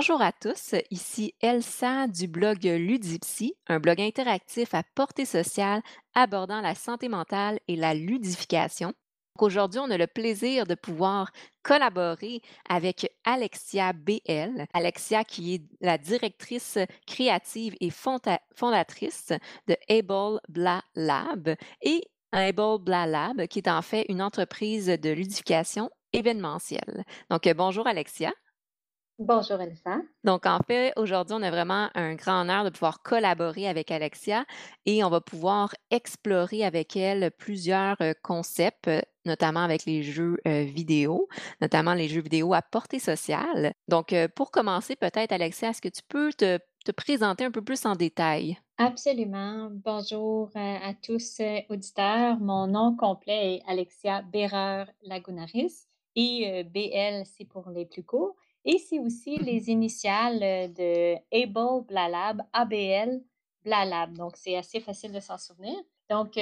Bonjour à tous, ici Elsa du blog Ludipsy, un blog interactif à portée sociale abordant la santé mentale et la ludification. Donc aujourd'hui, on a le plaisir de pouvoir collaborer avec Alexia BL. Alexia qui est la directrice créative et fondatrice de Able Blah Lab et Able Blah Lab qui est en fait une entreprise de ludification événementielle. Donc bonjour Alexia. Bonjour Elsa. Donc, en fait, aujourd'hui, on a vraiment un grand honneur de pouvoir collaborer avec Alexia et on va pouvoir explorer avec elle plusieurs concepts, notamment avec les jeux vidéo, notamment les jeux vidéo à portée sociale. Donc, pour commencer, peut-être, Alexia, est-ce que tu peux te présenter un peu plus en détail? Absolument. Bonjour à tous auditeurs. Mon nom complet est Alexia Béreur-Lagunaris et BL, c'est pour les plus courts. Et c'est aussi Mhm. les initiales de Able Blalab, ABL Blalab. Donc, c'est assez facile de s'en souvenir. Donc,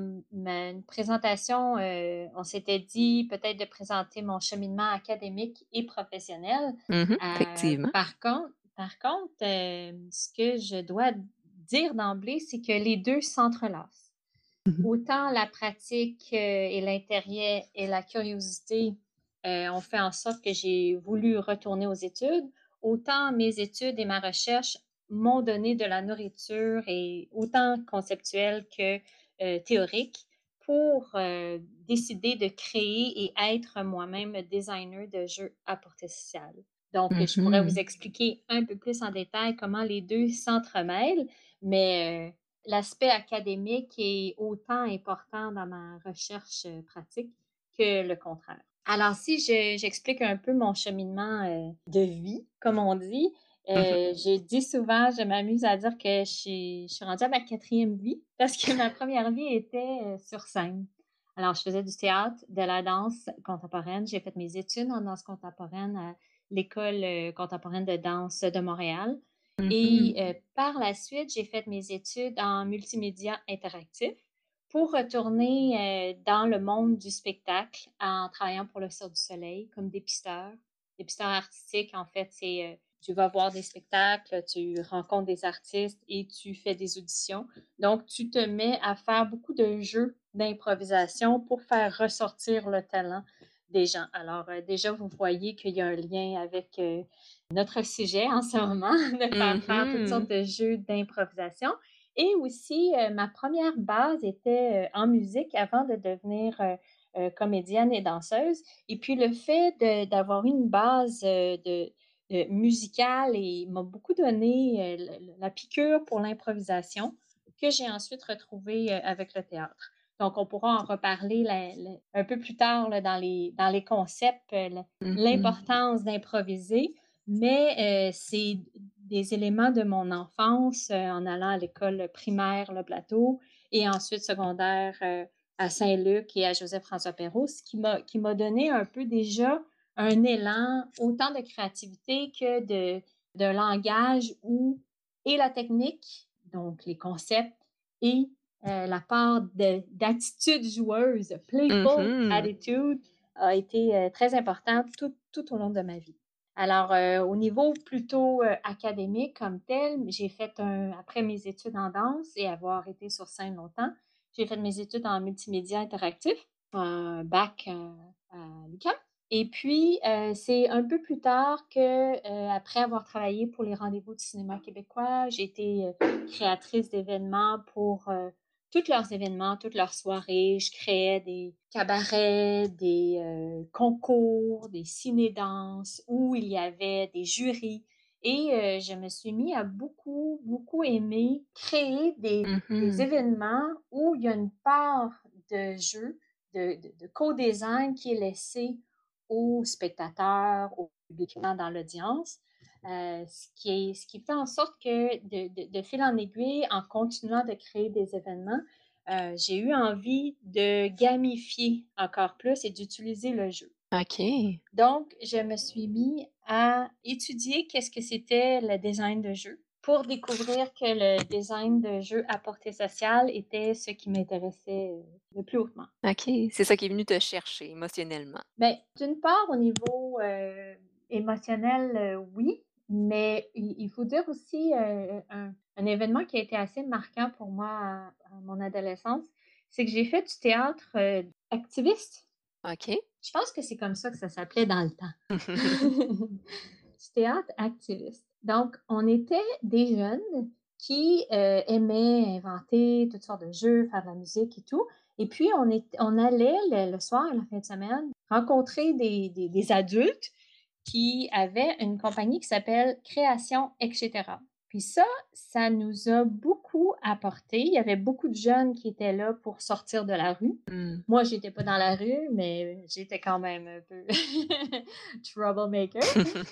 ma présentation, on s'était dit peut-être de présenter mon cheminement académique et professionnel. Mhm, effectivement. Par contre, ce que je dois dire d'emblée, c'est que les 2 s'entrelacent. Mhm. Autant la pratique, et l'intérêt et la curiosité, ont fait en sorte que j'ai voulu retourner aux études, autant mes études et ma recherche m'ont donné de la nourriture et autant conceptuelle que, théorique pour, décider de créer et être moi-même designer de jeux à portée sociale. Donc, je pourrais vous Mhm. expliquer un peu plus en détail comment les 2 s'entremêlent, mais, l'aspect académique est autant important dans ma recherche, pratique que le contraire. Alors si j'explique un peu mon cheminement, de vie, comme on dit, Mhm. je dis souvent, je m'amuse à dire que je suis rendue à ma quatrième vie parce que ma première vie était, sur scène. Alors je faisais du théâtre, de la danse contemporaine. J'ai fait mes études en danse contemporaine à l'École, contemporaine de danse de Montréal. Et Mhm. par la suite, j'ai fait mes études en multimédia interactif pour retourner, dans le monde du spectacle en travaillant pour le Cirque du Soleil comme dépisteur. Dépisteur artistique, en fait, c'est, tu vas voir des spectacles, tu rencontres des artistes et tu fais des auditions. Donc, tu te mets à faire beaucoup de jeux d'improvisation pour faire ressortir le talent des gens. Alors, déjà, vous voyez qu'il y a un lien avec, notre sujet en ce moment, de faire toutes sortes Mhm. de jeux d'improvisation. Et aussi, ma première base était, en musique avant de devenir, comédienne et danseuse. Et puis le fait d'avoir eu une base, musicale et m'a beaucoup donné, la piqûre pour l'improvisation que j'ai ensuite retrouvée, avec le théâtre. Donc on pourra en reparler un peu plus tard là, dans les concepts, Mhm. l'importance d'improviser, mais c'est des éléments de mon enfance, en allant à l'école primaire Le Plateau et ensuite secondaire, à Saint-Luc et à Joseph-François Perrault, ce qui m'a donné un peu déjà un élan autant de créativité que de langage où et la technique, donc les concepts et la part d'attitude joueuse, playful Mhm. attitude a été, très importante tout au long de ma vie. Alors, au niveau plutôt, académique comme tel, j'ai fait après mes études en danse et avoir été sur scène longtemps, j'ai fait mes études en multimédia interactif, un bac, à l'UQAM. Et puis, c'est un peu plus tard que, après avoir travaillé pour les Rendez-vous du cinéma québécois, j'ai été, créatrice d'événements pour, tous leurs événements, toutes leurs soirées. Je créais des cabarets, des, concours, des ciné-danses où il y avait des jurys et je me suis mis à beaucoup, beaucoup aimer créer des Mhm. événements où il y a une part de jeu, de co-design qui est laissée aux spectateurs, au public dans l'audience. Ce qui fait en sorte que de fil en aiguille, en continuant de créer des événements, j'ai eu envie de gamifier encore plus et d'utiliser le jeu. OK. Donc, je me suis mis à étudier qu'est-ce que c'était le design de jeu pour découvrir que le design de jeu à portée sociale était ce qui m'intéressait le plus hautement. OK, c'est ça qui est venu te chercher émotionnellement. Ben, d'une part, au niveau, émotionnel, oui, Mais il faut dire aussi, un événement qui a été assez marquant pour moi à mon adolescence, c'est que j'ai fait du théâtre, activiste. OK. Je pense que c'est comme ça que ça s'appelait dans le temps. Du théâtre activiste. Donc, on était des jeunes qui, aimaient inventer toutes sortes de jeux, faire de la musique et tout. Et puis, on allait le soir, la fin de semaine, rencontrer des adultes qui avait une compagnie qui s'appelle Création etc. Puis ça nous a beaucoup apporté. Il y avait beaucoup de jeunes qui étaient là pour sortir de la rue. Mmh. Moi, j'étais pas dans la rue, mais j'étais quand même un peu troublemaker.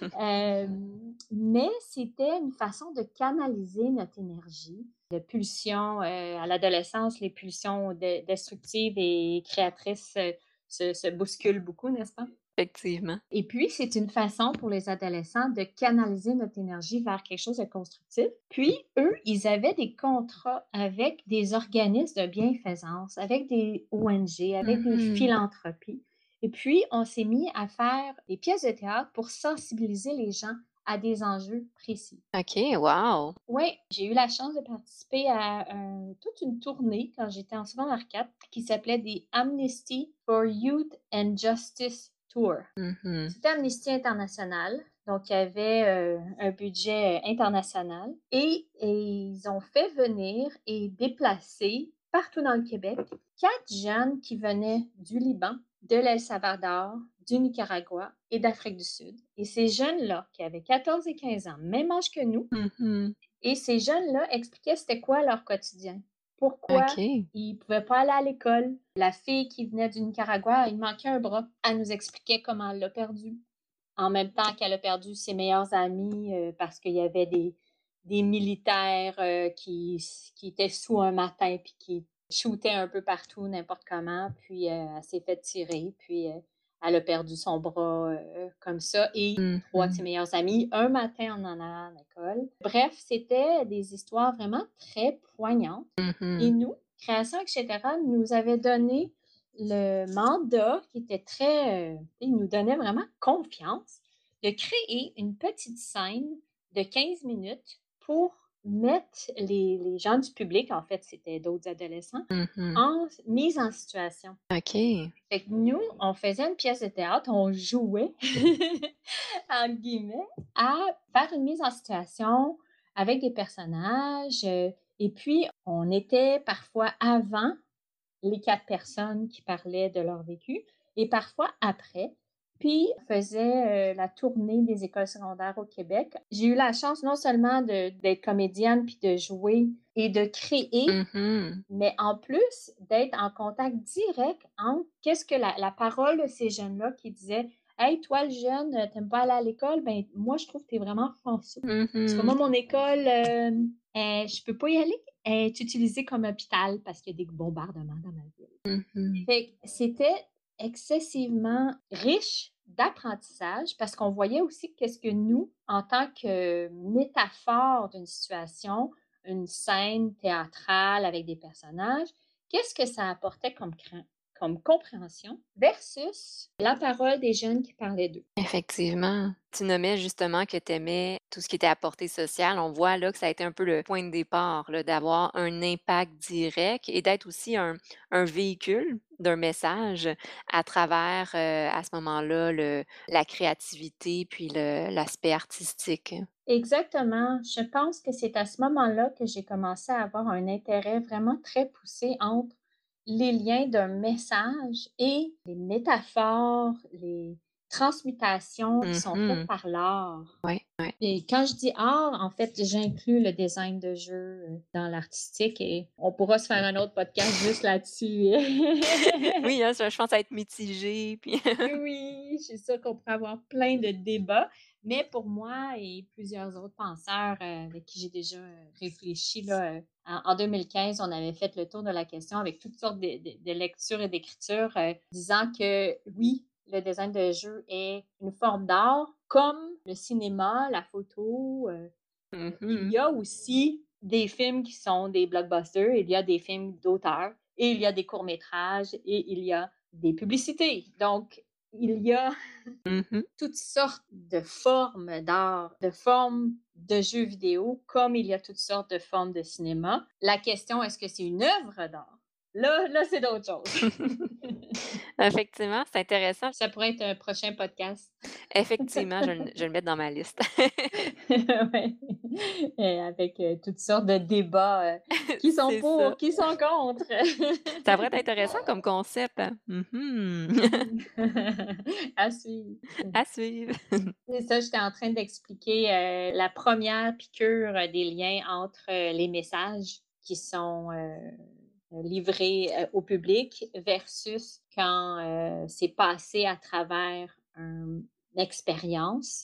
Mais c'était une façon de canaliser notre énergie, de pulsions, à l'adolescence, les pulsions destructives et créatrices, se bousculent beaucoup, n'est-ce pas? Effectivement. Et puis, c'est une façon pour les adolescents de canaliser notre énergie vers quelque chose de constructif. Puis, eux, ils avaient des contrats avec des organismes de bienfaisance, avec des ONG, avec des Mmh. philanthropies. Et puis, on s'est mis à faire des pièces de théâtre pour sensibiliser les gens à des enjeux précis. OK, wow! Oui, j'ai eu la chance de participer à toute une tournée quand j'étais en secondaire 4 qui s'appelait des Amnesty for Youth and Justice Tour. Mmh. C'était Amnesty International, donc il y avait, un budget, international et ils ont fait venir et déplacer partout dans le Québec 4 jeunes qui venaient du Liban, de l'El Salvador, du Nicaragua et d'Afrique du Sud. Et ces jeunes-là, qui avaient 14 et 15 ans, même âge que nous, Mmh. et ces jeunes-là expliquaient c'était quoi leur quotidien. Pourquoi OK. ils pouvaient pas aller à l'école. La fille qui venait du Nicaragua, il manquait un bras. Elle nous expliquait comment elle l'a perdu. En même temps qu'elle a perdu ses meilleurs amis, parce qu'il y avait des militaires, qui étaient sous un matin puis qui shootaient un peu partout, n'importe comment. Puis, elle s'est fait tirer, puis, elle a perdu son bras, comme ça et 3 de ses Mmh. meilleurs amis, un matin en allant à l'école. Bref, c'était des histoires vraiment très poignantes et Mmh. nous, Création et cetera, nous avait donné le mandat qui était très, il nous donnait vraiment confiance de créer une petite scène de 15 minutes pour mettre les gens du public, en fait, c'était d'autres adolescents, Mmh. en mise en situation. OK. Fait que nous, on faisait une pièce de théâtre, on jouait, entre guillemets, à faire une mise en situation avec des personnages, et puis on était parfois avant les 4 personnes qui parlaient de leur vécu et parfois après. Puis, on faisait, la tournée des écoles secondaires au Québec. J'ai eu la chance non seulement d'être comédienne puis de jouer et de créer, Mmh. mais en plus d'être en contact direct entre qu'est-ce que la parole de ces jeunes-là qui disaient: «Hey, toi le jeune, tu pas aller à l'école? Ben moi je trouve que tu es vraiment chanceux. Parce que Mmh. moi mon école, je peux pas y aller, elle est utilisée comme hôpital parce qu'il y a des bombardements dans ma ville». Mmh. Fait que c'était excessivement riche d'apprentissage parce qu'on voyait aussi qu'est-ce que nous, en tant que métaphore d'une situation, une scène théâtrale avec des personnages, qu'est-ce que ça apportait comme compréhension versus la parole des jeunes qui parlaient d'eux. Effectivement. Tu nommais justement que tu aimais tout ce qui était à portée sociale. On voit là que ça a été un peu le point de départ, là, d'avoir un impact direct et d'être aussi un véhicule d'un message à travers, à ce moment-là, la créativité puis l'aspect artistique. Exactement. Je pense que c'est à ce moment-là que j'ai commencé à avoir un intérêt vraiment très poussé entre les liens d'un message et les métaphores, les transmutations qui sont faites Mmh. par l'art. Ouais, ouais. Et quand je dis art, en fait, j'inclus le design de jeu dans l'artistique et on pourra se faire un autre podcast juste là-dessus. Oui, hein, ça je pense à être mitigé puis Oui, je suis sûre qu'on pourrait avoir plein de débats, mais pour moi et plusieurs autres penseurs, avec qui j'ai déjà, réfléchi là, en 2015, on avait fait le tour de la question avec toutes sortes de lectures et d'écritures, disant que oui, le design de jeu est une forme d'art comme le cinéma, la photo, il mmh. y a aussi des films qui sont des blockbusters, il y a des films d'auteur et il y a des courts-métrages et il y a des publicités. Donc il y a Mmh. toutes sortes de formes d'art, de formes de jeux vidéo, comme il y a toutes sortes de formes de cinéma. La question, est-ce que c'est une œuvre d'art? Là, c'est d'autres choses. Effectivement, c'est intéressant. Ça pourrait être un prochain podcast. Effectivement, je vais le mettre dans ma liste. Ouais. Avec, toutes sortes de débats, qui sont C'est ça. pour, qui sont contre. Ça pourrait être intéressant comme concept, hein. Mmh. Mmh. À suivre. À suivre. C'est ça, j'étais en train d'expliquer, la première piqûre, des liens entre, les messages qui sont, livrés, au public versus quand, c'est passé à travers une expérience,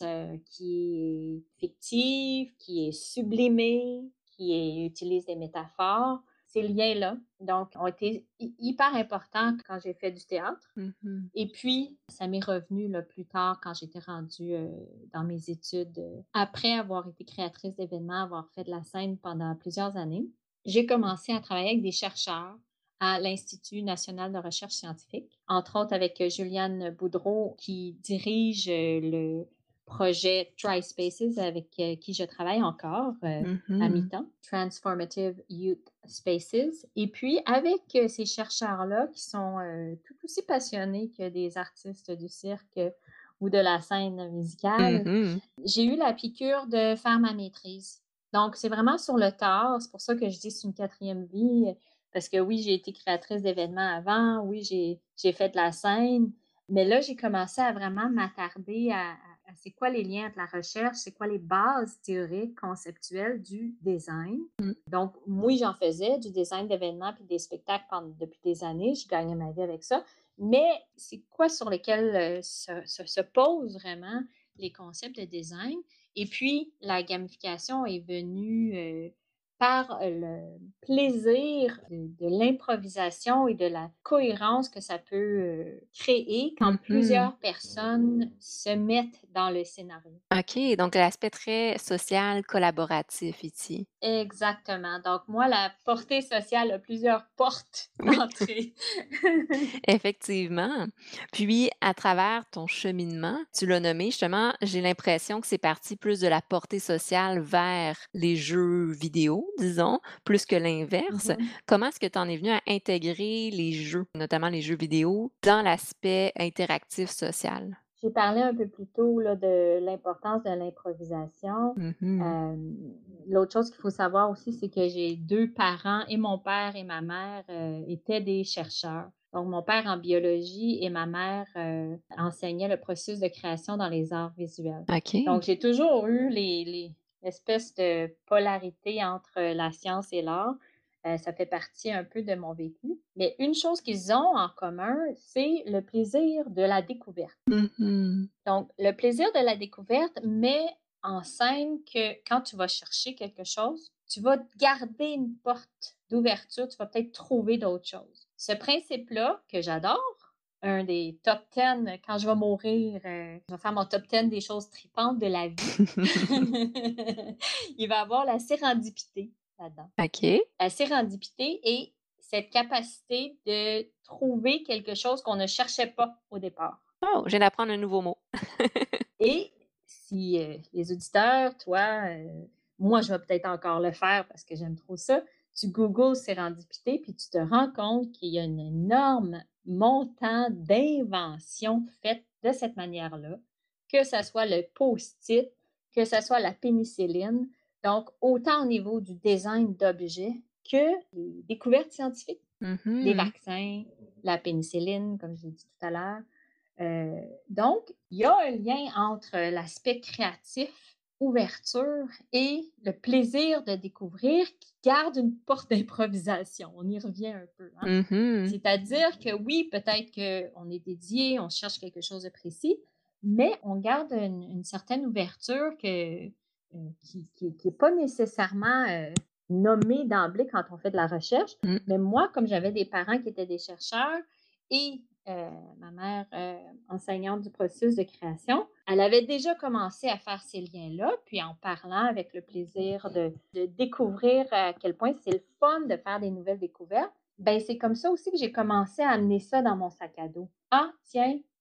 qui est fictive, qui est sublimée, utilise des métaphores. Ces liens-là, donc, ont été hyper importants quand j'ai fait du théâtre. Mmh. Et puis, ça m'est revenu là, plus tard quand j'étais rendue dans mes études. Après avoir été créatrice d'événements, avoir fait de la scène pendant plusieurs années, j'ai commencé à travailler avec des chercheurs à l'Institut national de recherche scientifique, entre autres avec Juliane Boudreau qui dirige le projet TriSpaces avec qui je travaille encore à Mmh. mi-temps, Transformative Youth Spaces. Et puis, avec ces chercheurs-là qui sont tout aussi passionnés que des artistes du cirque ou de la scène musicale, Mmh. j'ai eu la piqûre de faire ma maîtrise. Donc, c'est vraiment sur le tard. C'est pour ça que je dis c'est une quatrième vie. Parce que oui, j'ai été créatrice d'événements avant. Oui, j'ai fait de la scène. Mais là, j'ai commencé à vraiment m'attarder à c'est quoi les liens entre la recherche, c'est quoi les bases théoriques, conceptuelles du design. Mmh. Donc, oui, j'en faisais du design d'événements puis des spectacles depuis des années. Je gagnais ma vie avec ça. Mais c'est quoi sur lequel se posent vraiment les concepts de design? Et puis, la gamification est venue par le plaisir de l'improvisation et de la cohérence que ça peut créer quand Mmh. plusieurs personnes se mettent dans le scénario. OK, donc l'aspect très social, collaboratif ici. Exactement. Donc, moi, la portée sociale a plusieurs portes Oui. d'entrée. Effectivement. Puis, à travers ton cheminement, tu l'as nommé justement, j'ai l'impression que c'est parti plus de la portée sociale vers les jeux vidéo, disons, plus que l'inverse. Mhm. Comment est-ce que tu en es venu à intégrer les jeux, notamment les jeux vidéo, dans l'aspect interactif social? J'ai parlé un peu plus tôt là, de l'importance de l'improvisation. Mhm. Euh, L'autre chose qu'il faut savoir aussi, c'est que j'ai deux parents, et mon père et ma mère étaient des chercheurs. Donc, mon père en biologie et ma mère enseignait le processus de création dans les arts visuels. OK. Donc, j'ai toujours eu l'espèce de polarité entre la science et l'art. Ça fait partie un peu de mon vécu. Mais une chose qu'ils ont en commun, c'est le plaisir de la découverte. Mhm. Donc, le plaisir de la découverte met en scène que quand tu vas chercher quelque chose, tu vas garder une porte d'ouverture, tu vas peut-être trouver d'autres choses. Ce principe-là, que j'adore, un des top 10, quand je vais mourir, je vais faire mon top 10 des choses tripantes de la vie. Il va avoir la sérendipité là-dedans. OK. La sérendipité est cette capacité de trouver quelque chose qu'on ne cherchait pas au départ. Oh, je viens d'apprendre un nouveau mot. Et si, les auditeurs, toi, moi, je vais peut-être encore le faire parce que j'aime trop ça. Tu googles sérendipité, puis tu te rends compte qu'il y a un énorme montant d'inventions faites de cette manière-là, que ça soit le post-it, que ça soit la pénicilline. Donc, autant au niveau du design d'objets que les découvertes scientifiques, les Mhm. vaccins, la pénicilline, comme je l'ai dit tout à l'heure. Donc, il y a un lien entre l'aspect créatif, ouverture et le plaisir de découvrir qui garde une porte d'improvisation. On y revient un peu. Hein? Mhm. C'est-à-dire que oui, peut-être qu'on est dédié, on cherche quelque chose de précis, mais on garde une certaine ouverture qui n'est pas nécessairement nommée d'emblée quand on fait de la recherche. Mm. Mais moi, comme j'avais des parents qui étaient des chercheurs et ma mère enseignante du processus de création, elle avait déjà commencé à faire ces liens-là, puis en parlant avec le plaisir de découvrir à quel point c'est le fun de faire des nouvelles découvertes, ben c'est comme ça aussi que j'ai commencé à amener ça dans mon sac à dos. Ah, tiens,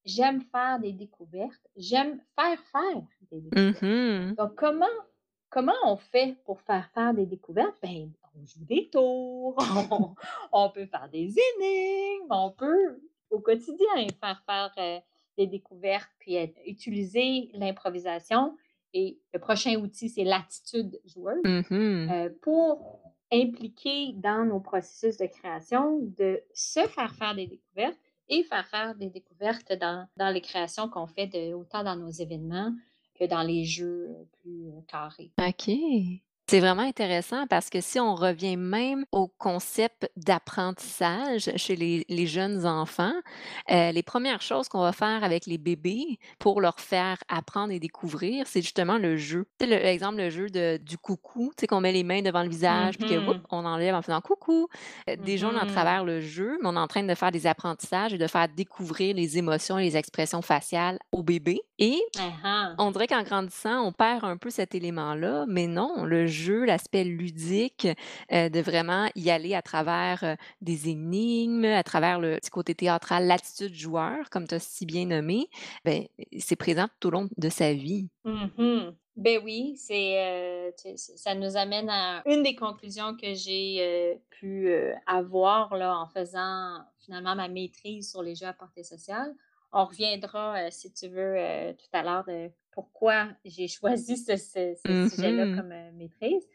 j'aime faire des découvertes, j'aime faire des découvertes. Mhm. Donc comment on fait pour faire des découvertes? Ben, on joue des tours, on peut faire des énigmes, on peut au quotidien faire des découvertes puis utiliser l'improvisation et le prochain outil, c'est l'attitude joueuse, Mhm. pour impliquer dans nos processus de création, de se faire des découvertes et faire des découvertes dans les créations qu'on fait autant dans nos événements que dans les jeux plus carrés. OK. C'est vraiment intéressant parce que si on revient même au concept d'apprentissage chez les jeunes enfants, les premières choses qu'on va faire avec les bébés pour leur faire apprendre et découvrir, c'est justement le jeu. Tu sais, l'exemple, le jeu du coucou, tu sais, qu'on met les mains devant le visage puis que, whoop, Mhm. on enlève en faisant coucou. Déjà, on est à Mhm. travers le jeu, mais on est en train de faire des apprentissages et de faire découvrir les émotions et les expressions faciales au bébé. Et Ah ah. on dirait qu'en grandissant, on perd un peu cet élément-là, mais non, le jeu, l'aspect ludique, de vraiment y aller à travers, des énigmes, à travers le petit côté théâtral, l'attitude joueur, comme tu as si bien nommé, ben, c'est présent tout au long de sa vie. Mhm. Ben oui, tu sais, ça nous amène à une des conclusions que j'ai pu avoir là, en faisant finalement ma maîtrise sur les jeux à portée sociale. On reviendra, si tu veux, tout à l'heure de pourquoi j'ai choisi ce sujet-là Mmh. comme maîtrise.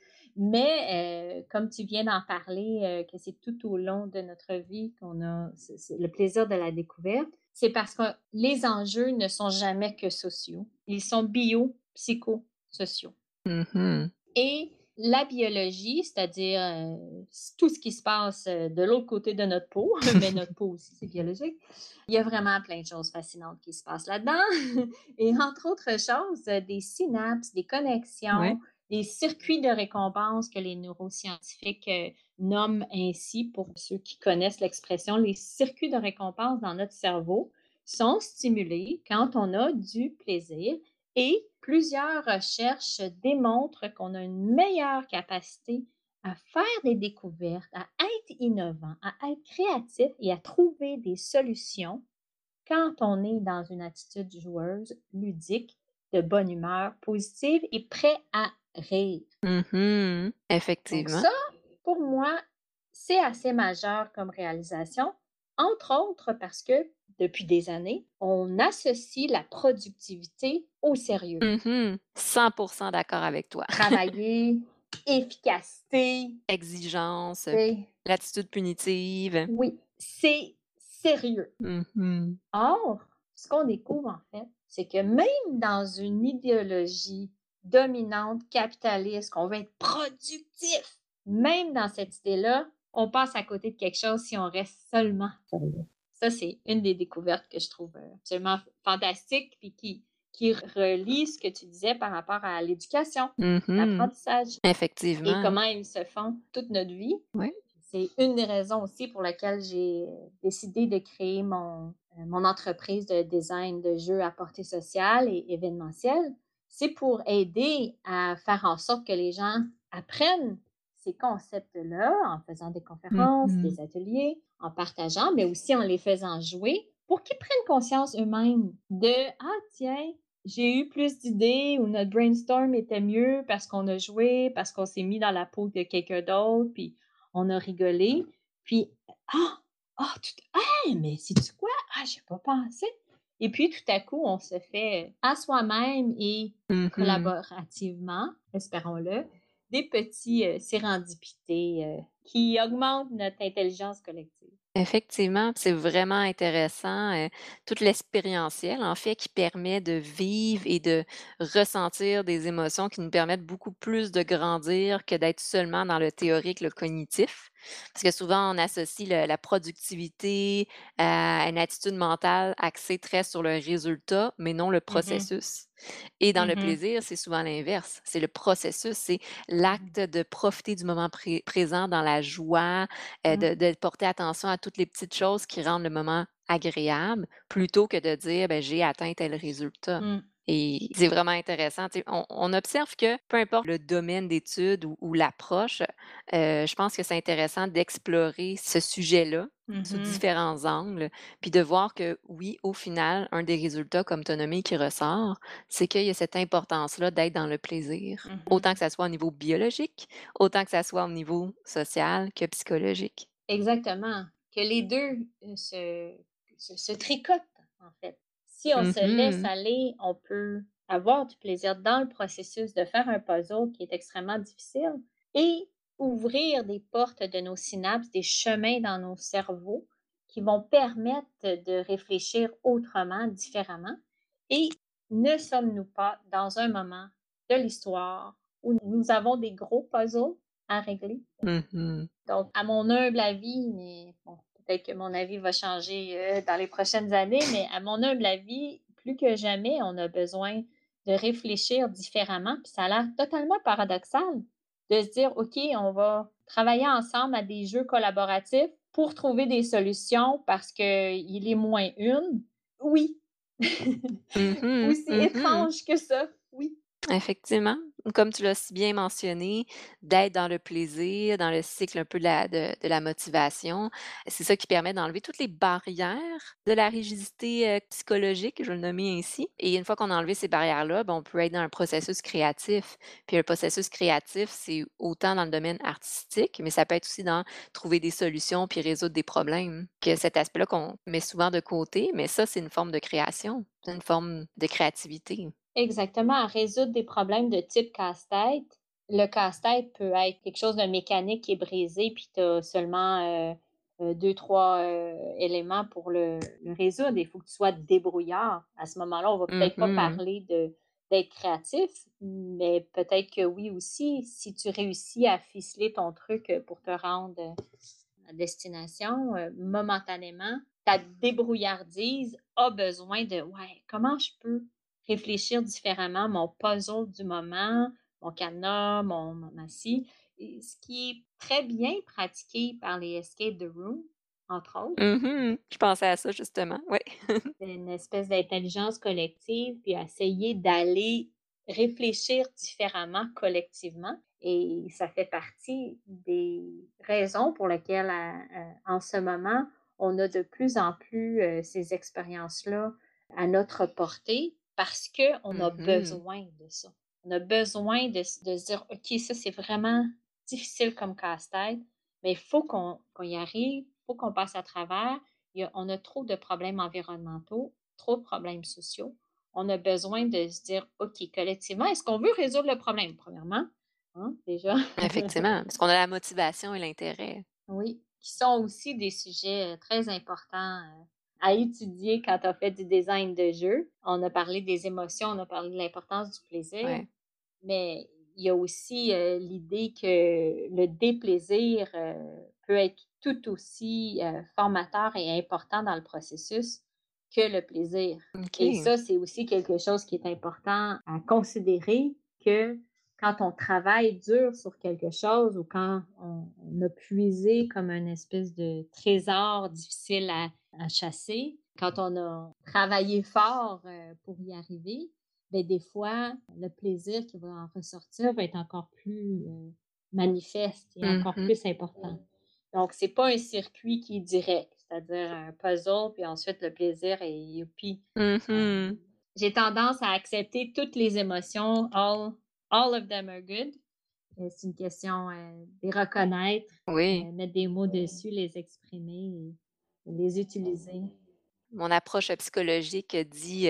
Mais comme tu viens d'en parler, que c'est tout au long de notre vie qu'on a le plaisir de la découverte, c'est parce que les enjeux ne sont jamais que sociaux. Ils sont bio-psychosociaux. Mmh. Et la biologie, c'est-à-dire tout ce qui se passe de l'autre côté de notre peau, mais notre peau aussi, c'est biologique, il y a vraiment plein de choses fascinantes qui se passent là-dedans. Et entre autres choses, des synapses, des Ouais. connexions, des circuits de récompense que les neuroscientifiques nomment ainsi, pour ceux qui connaissent l'expression, les circuits de récompense dans notre cerveau sont stimulés quand on a du plaisir et plusieurs recherches démontrent qu'on a une meilleure capacité à faire des découvertes, à être innovant, à être créatif et à trouver des solutions quand on est dans une attitude joueuse, ludique, de bonne humeur, positive et prêt à rire. Mmh. Donc Effectivement. ça, pour moi, c'est assez majeur comme réalisation, entre autres parce que depuis des années, on associe la productivité au sérieux. Mmh. 100 d'accord avec toi. Travailler, efficacité, Exigence, c'est l'attitude punitive. oui, c'est sérieux. Mmh. Or, ce qu'on découvre en fait, c'est que même dans une idéologie dominante, capitaliste, qu'on veut être productif, même dans cette idée-là, on passe à côté de quelque chose si on reste seulement sérieux. Ça, c'est une des découvertes que je trouve absolument fantastique, puis qui relie ce que tu disais par rapport à l'éducation, Mmh. l'apprentissage et Effectivement. comment ils se font toute notre vie. Ouais. C'est une des raisons aussi pour laquelle j'ai décidé de créer mon entreprise de design de jeux à portée sociale et événementielle. C'est pour aider à faire en sorte que les gens apprennent ces concepts-là en faisant des conférences, Mmh. des ateliers, en partageant, mais aussi en les faisant jouer pour qu'ils prennent conscience eux-mêmes de ah tiens, j'ai eu plus d'idées ou notre brainstorm était mieux parce qu'on a joué, parce qu'on s'est mis dans la peau de quelqu'un d'autre, puis on a rigolé. Puis, ah, ah, mais sais-tu quoi? Ah, j'ai pas pensé. Et puis, tout à coup, on se fait à soi-même et Mmh. collaborativement, espérons-le, des petits sérendipités qui augmentent notre intelligence collective. Effectivement, c'est vraiment intéressant, tout l'expérientiel, en fait, qui permet de vivre et de ressentir des émotions qui nous permettent beaucoup plus de grandir que d'être seulement dans le théorique, le cognitif. Parce que souvent, on associe la productivité à une attitude mentale axée très sur le résultat, mais non le Mhm, processus. Et dans le mhm, plaisir, c'est souvent l'inverse. C'est le processus, c'est l'acte de profiter du moment présent dans la joie, mhm, de porter attention à toutes les petites choses qui rendent le moment agréable, plutôt que de dire: «Ben, j'ai atteint tel résultat». mhm, Et c'est vraiment intéressant, tu sais, on observe que peu importe le domaine d'étude ou l'approche, je pense que c'est intéressant d'explorer ce sujet-là sous Mhm. différents angles, puis de voir que oui, au final, un des résultats comme tu as nommé qui ressort, c'est qu'il y a cette importance-là d'être dans le plaisir, autant que Mhm. ça soit au niveau biologique, autant que ça soit au niveau social que psychologique. Exactement. Que les 2 se tricotent, en fait. Si on se laisse Mhm. aller, on peut avoir du plaisir dans le processus de faire un puzzle qui est extrêmement difficile et ouvrir des portes de nos synapses, des chemins dans nos cerveaux qui vont permettre de réfléchir autrement, différemment. Et ne sommes-nous pas dans un moment de l'histoire où nous avons des gros puzzles à régler? Mhm. Donc, à mon humble avis, mais bon, peut-être que mon avis va changer, dans les prochaines années, mais à mon humble avis, plus que jamais, on a besoin de réfléchir différemment. Puis ça a l'air totalement paradoxal de se dire: «OK, on va travailler ensemble à des jeux collaboratifs pour trouver des solutions parce qu'il est moins une». Oui. Mhm. Aussi Mhm. étrange que ça, oui. Effectivement, comme tu l'as si bien mentionné, d'être dans le plaisir, dans le cycle un peu de la motivation, c'est ça qui permet d'enlever toutes les barrières de la rigidité, psychologique, je vais le nommer ainsi. Et une fois qu'on a enlevé ces barrières-là, ben, on peut être dans un processus créatif. Puis un processus créatif, c'est autant dans le domaine artistique, mais ça peut être aussi dans trouver des solutions puis résoudre des problèmes. Que cet aspect-là qu'on met souvent de côté, mais ça, c'est une forme de création, c'est une forme de créativité. Exactement, à résoudre des problèmes de type casse-tête. Le casse-tête peut être quelque chose de mécanique qui est brisé, puis tu as seulement, 2-3, éléments pour le résoudre. Il faut que tu sois débrouillard. À ce moment-là, on va peut-être pas Mhm. parler de d'être créatif, mais peut-être que oui aussi, si tu réussis à ficeler ton truc, pour te rendre, à destination, momentanément, ta débrouillardise a besoin de: «Ouais, comment je peux réfléchir différemment mon puzzle du moment, mon cadenas, mon ma ci». Et ce qui est très bien pratiqué par les escape the room, entre autres. Mhm. Je pensais à ça justement, oui. C'est une espèce d'intelligence collective, puis essayer d'aller réfléchir différemment collectivement et ça fait partie des raisons pour lesquelles, en ce moment, on a de plus en plus, ces expériences-là à notre portée parce qu'on a Mhm. besoin de ça. On a besoin de se dire: «OK, ça, c'est vraiment difficile comme casse-tête, mais il faut qu'on y arrive, il faut qu'on passe à travers». On a trop de problèmes environnementaux, trop de problèmes sociaux. On a besoin de se dire, OK, collectivement, est-ce qu'on veut résoudre le problème, premièrement? Hein, déjà. Effectivement, parce qu'on a la motivation et l'intérêt. Oui, qui sont aussi des sujets très importants à étudier quand on fait du design de jeu. On a parlé des émotions, on a parlé de l'importance du plaisir, Ouais. mais il y a aussi l'idée que le déplaisir peut être tout aussi formateur et important dans le processus que le plaisir. Et OK. ça, c'est aussi quelque chose qui est important à considérer que quand on travaille dur sur quelque chose ou quand on a puisé comme une espèce de trésor difficile à chasser, quand on a travaillé fort pour y arriver, ben des fois, le plaisir qui va en ressortir va être encore plus, manifeste et encore Mhm. plus important. Donc c'est pas un circuit qui est direct, c'est-à-dire un puzzle, puis ensuite le plaisir et youpi. Mhm. J'ai tendance à accepter toutes les émotions, all of them are good. C'est une question, de les reconnaître, Oui. mettre des mots dessus, les exprimer et les utiliser. Mon approche psychologique dit,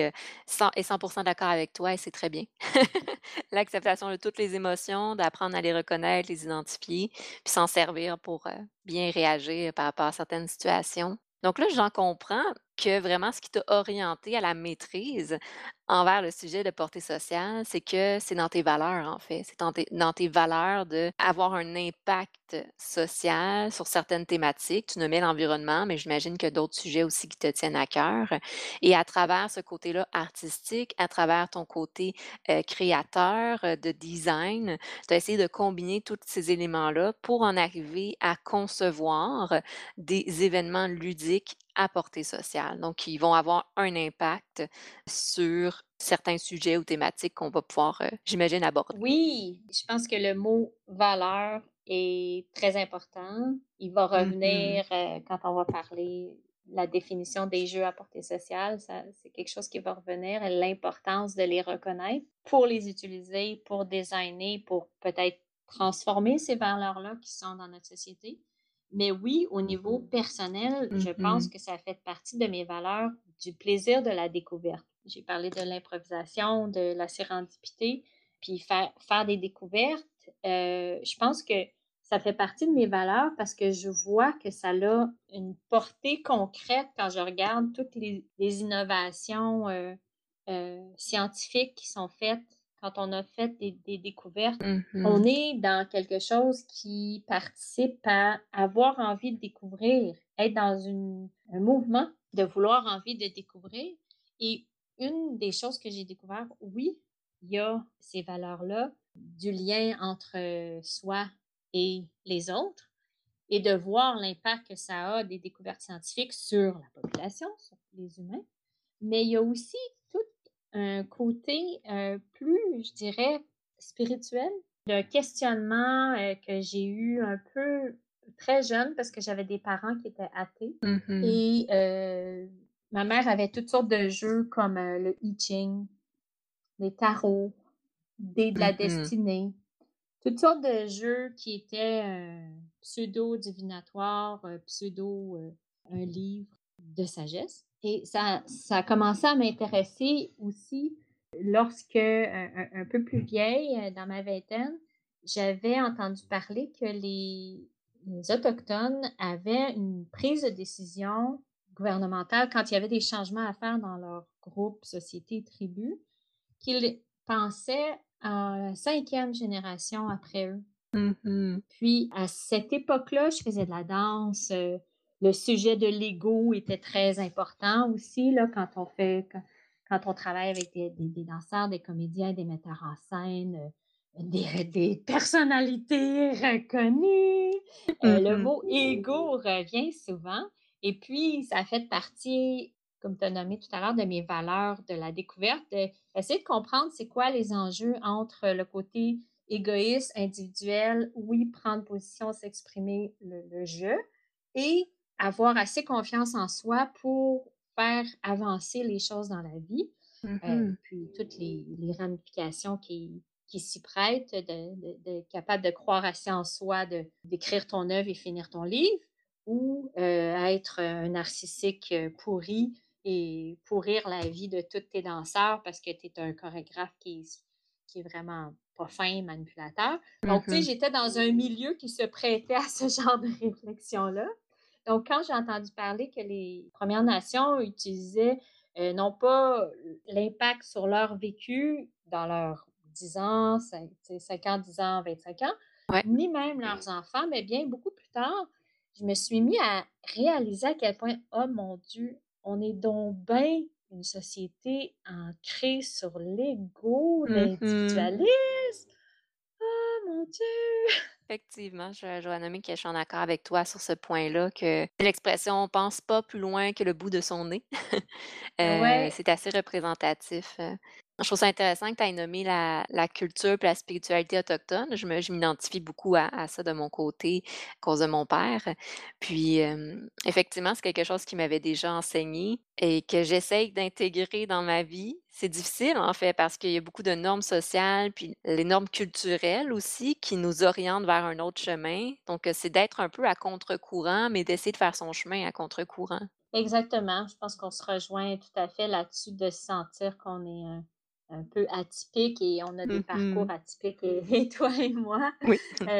100 d'accord avec toi et c'est très bien. L'acceptation de toutes les émotions, d'apprendre à les reconnaître, les identifier, puis s'en servir pour, bien réagir par rapport à certaines situations. Donc là, j'en comprends que vraiment ce qui t'a orienté à la maîtrise envers le sujet de portée sociale, c'est que c'est dans tes valeurs, en fait. C'est dans tes valeurs d'avoir un impact social sur certaines thématiques. Tu nommais l'environnement, mais j'imagine qu'il y a d'autres sujets aussi qui te tiennent à cœur. Et à travers ce côté-là artistique, à travers ton côté créateur, de design, tu as essayé de combiner tous ces éléments-là pour en arriver à concevoir des événements ludiques à portée sociale. Donc, ils vont avoir un impact sur certains sujets ou thématiques qu'on va pouvoir, j'imagine, aborder. Oui, je pense que le mot valeur est très important. Il va Mhm. revenir quand on va parler la définition des jeux à portée sociale. C'est quelque chose qui va revenir et l'importance de les reconnaître pour les utiliser, pour designer, pour peut-être transformer ces valeurs-là qui sont dans notre société. Mais oui, au niveau personnel, je pense Mhm. que ça fait partie de mes valeurs du plaisir de la découverte. J'ai parlé de l'improvisation, de la sérendipité, puis faire des découvertes. Je pense que ça fait partie de mes valeurs parce que je vois que ça a une portée concrète quand je regarde toutes les innovations scientifiques qui sont faites quand on a fait des découvertes. On Mhm. est dans quelque chose qui participe à avoir envie de découvrir, être dans un mouvement de vouloir envie de découvrir. Et une des choses que j'ai découvert, oui, il y a ces valeurs-là, du lien entre soi et les autres, et de voir l'impact que ça a des découvertes scientifiques sur la population, sur les humains. Mais il y a aussi tout un côté plus, je dirais, spirituel, d'un questionnement que j'ai eu un peu très jeune parce que j'avais des parents qui étaient athées. Mhm. Et ma mère avait toutes sortes de jeux comme le I Ching, les tarots, dés de la Mhm. destinée, toutes sortes de jeux qui étaient pseudo-divinatoires, un livre de sagesse. Et ça a commencé à m'intéresser aussi lorsque, un peu plus vieille, dans ma vingtaine, j'avais entendu parler que les Autochtones avaient une prise de décision gouvernementale quand il y avait des changements à faire dans leur groupe, société, tribu, qu'ils pensaient à la 5e génération après eux. Mhm. Puis, à cette époque-là, je faisais de la danse. Le sujet de l'ego était très important aussi, là, quand on travaille avec des danseurs, des comédiens, des metteurs en scène, des personnalités reconnues. Le Mhm. mot ego revient souvent. Et puis, ça fait partie, comme tu as nommé tout à l'heure, de mes valeurs de la découverte, d'essayer de comprendre c'est quoi les enjeux entre le côté égoïste, individuel, oui, prendre position, s'exprimer, le je, et avoir assez confiance en soi pour faire avancer les choses dans la vie. Mhm. Puis toutes les ramifications qui s'y prêtent, d'être capable de croire assez en soi, d'écrire ton œuvre et finir ton livre, ou être un narcissique pourri et pourrir la vie de tous tes danseurs parce que tu es un chorégraphe qui est vraiment pas fin, manipulateur. Donc, tu sais, Mhm. j'étais dans un milieu qui se prêtait à ce genre de réflexion-là. Donc, quand j'ai entendu parler que les Premières Nations utilisaient non pas l'impact sur leur vécu dans leurs 10 ans, 5 ans, 10 ans, 25 ans, Ouais. ni même leurs enfants, mais bien beaucoup plus tard, je me suis mis à réaliser à quel point, oh mon Dieu, on est donc bien une société ancrée sur l'ego, Mhm. l'individualisme. Oh mon Dieu! Effectivement, je dois nommer que je suis en accord avec toi sur ce point-là, que l'expression «pense pas plus loin que le bout de son nez», Ouais, c'est assez représentatif. Je trouve ça intéressant que tu aies nommé la culture puis la spiritualité autochtone. Je m'identifie beaucoup à ça de mon côté, à cause de mon père. Puis, effectivement, c'est quelque chose qui m'avait déjà enseigné et que j'essaye d'intégrer dans ma vie. C'est difficile, en fait, parce qu'il y a beaucoup de normes sociales, puis les normes culturelles aussi qui nous orientent vers un autre chemin. Donc, c'est d'être un peu à contre-courant, mais d'essayer de faire son chemin à contre-courant. exactement. Je pense qu'on se rejoint tout à fait là-dessus de se sentir qu'on est un peu atypique et on a des parcours Mhm. atypiques, et toi et moi. Oui.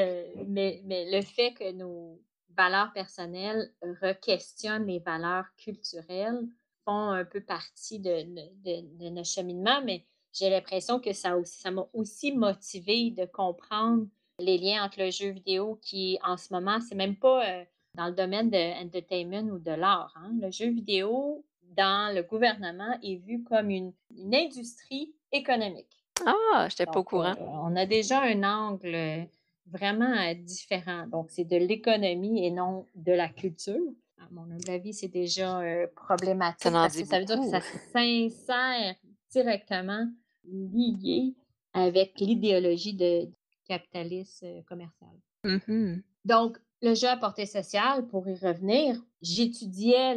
Mais le fait que nos valeurs personnelles requestionnent les valeurs culturelles font un peu partie de notre cheminement, mais j'ai l'impression que ça m'a aussi motivée de comprendre les liens entre le jeu vidéo qui, en ce moment, c'est même pas dans le domaine de entertainment ou de l'art, hein. Le jeu vidéo, dans le gouvernement, est vu comme une industrie économique. Ah, j'étais pas au Donc, courant. on a déjà un angle vraiment différent. Donc, c'est de l'économie et non de la culture. À mon humble avis, c'est déjà Ça problématique en parce dit que ça veut dire que ça beaucoup. s'insère directement lié avec l'idéologie de capitaliste commercial. Mhm. Donc, le jeu à portée sociale, pour y revenir, j'étudiais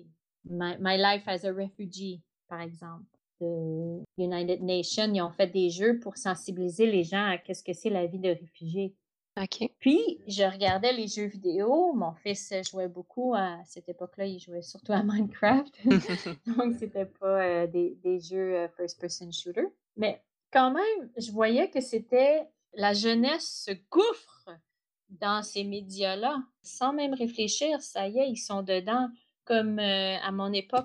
My Life as a Refugee, par exemple, de United Nations. Ils ont fait des jeux pour sensibiliser les gens à qu'est-ce que c'est la vie de réfugié. OK. Puis, je regardais les jeux vidéo. Mon fils jouait beaucoup à cette époque-là, il jouait surtout à Minecraft. Donc, c'était pas des jeux first-person shooter. Mais quand même, je voyais que c'était la jeunesse se gouffre dans ces médias-là, sans même réfléchir. Ça y est, ils sont dedans. Comme à mon époque,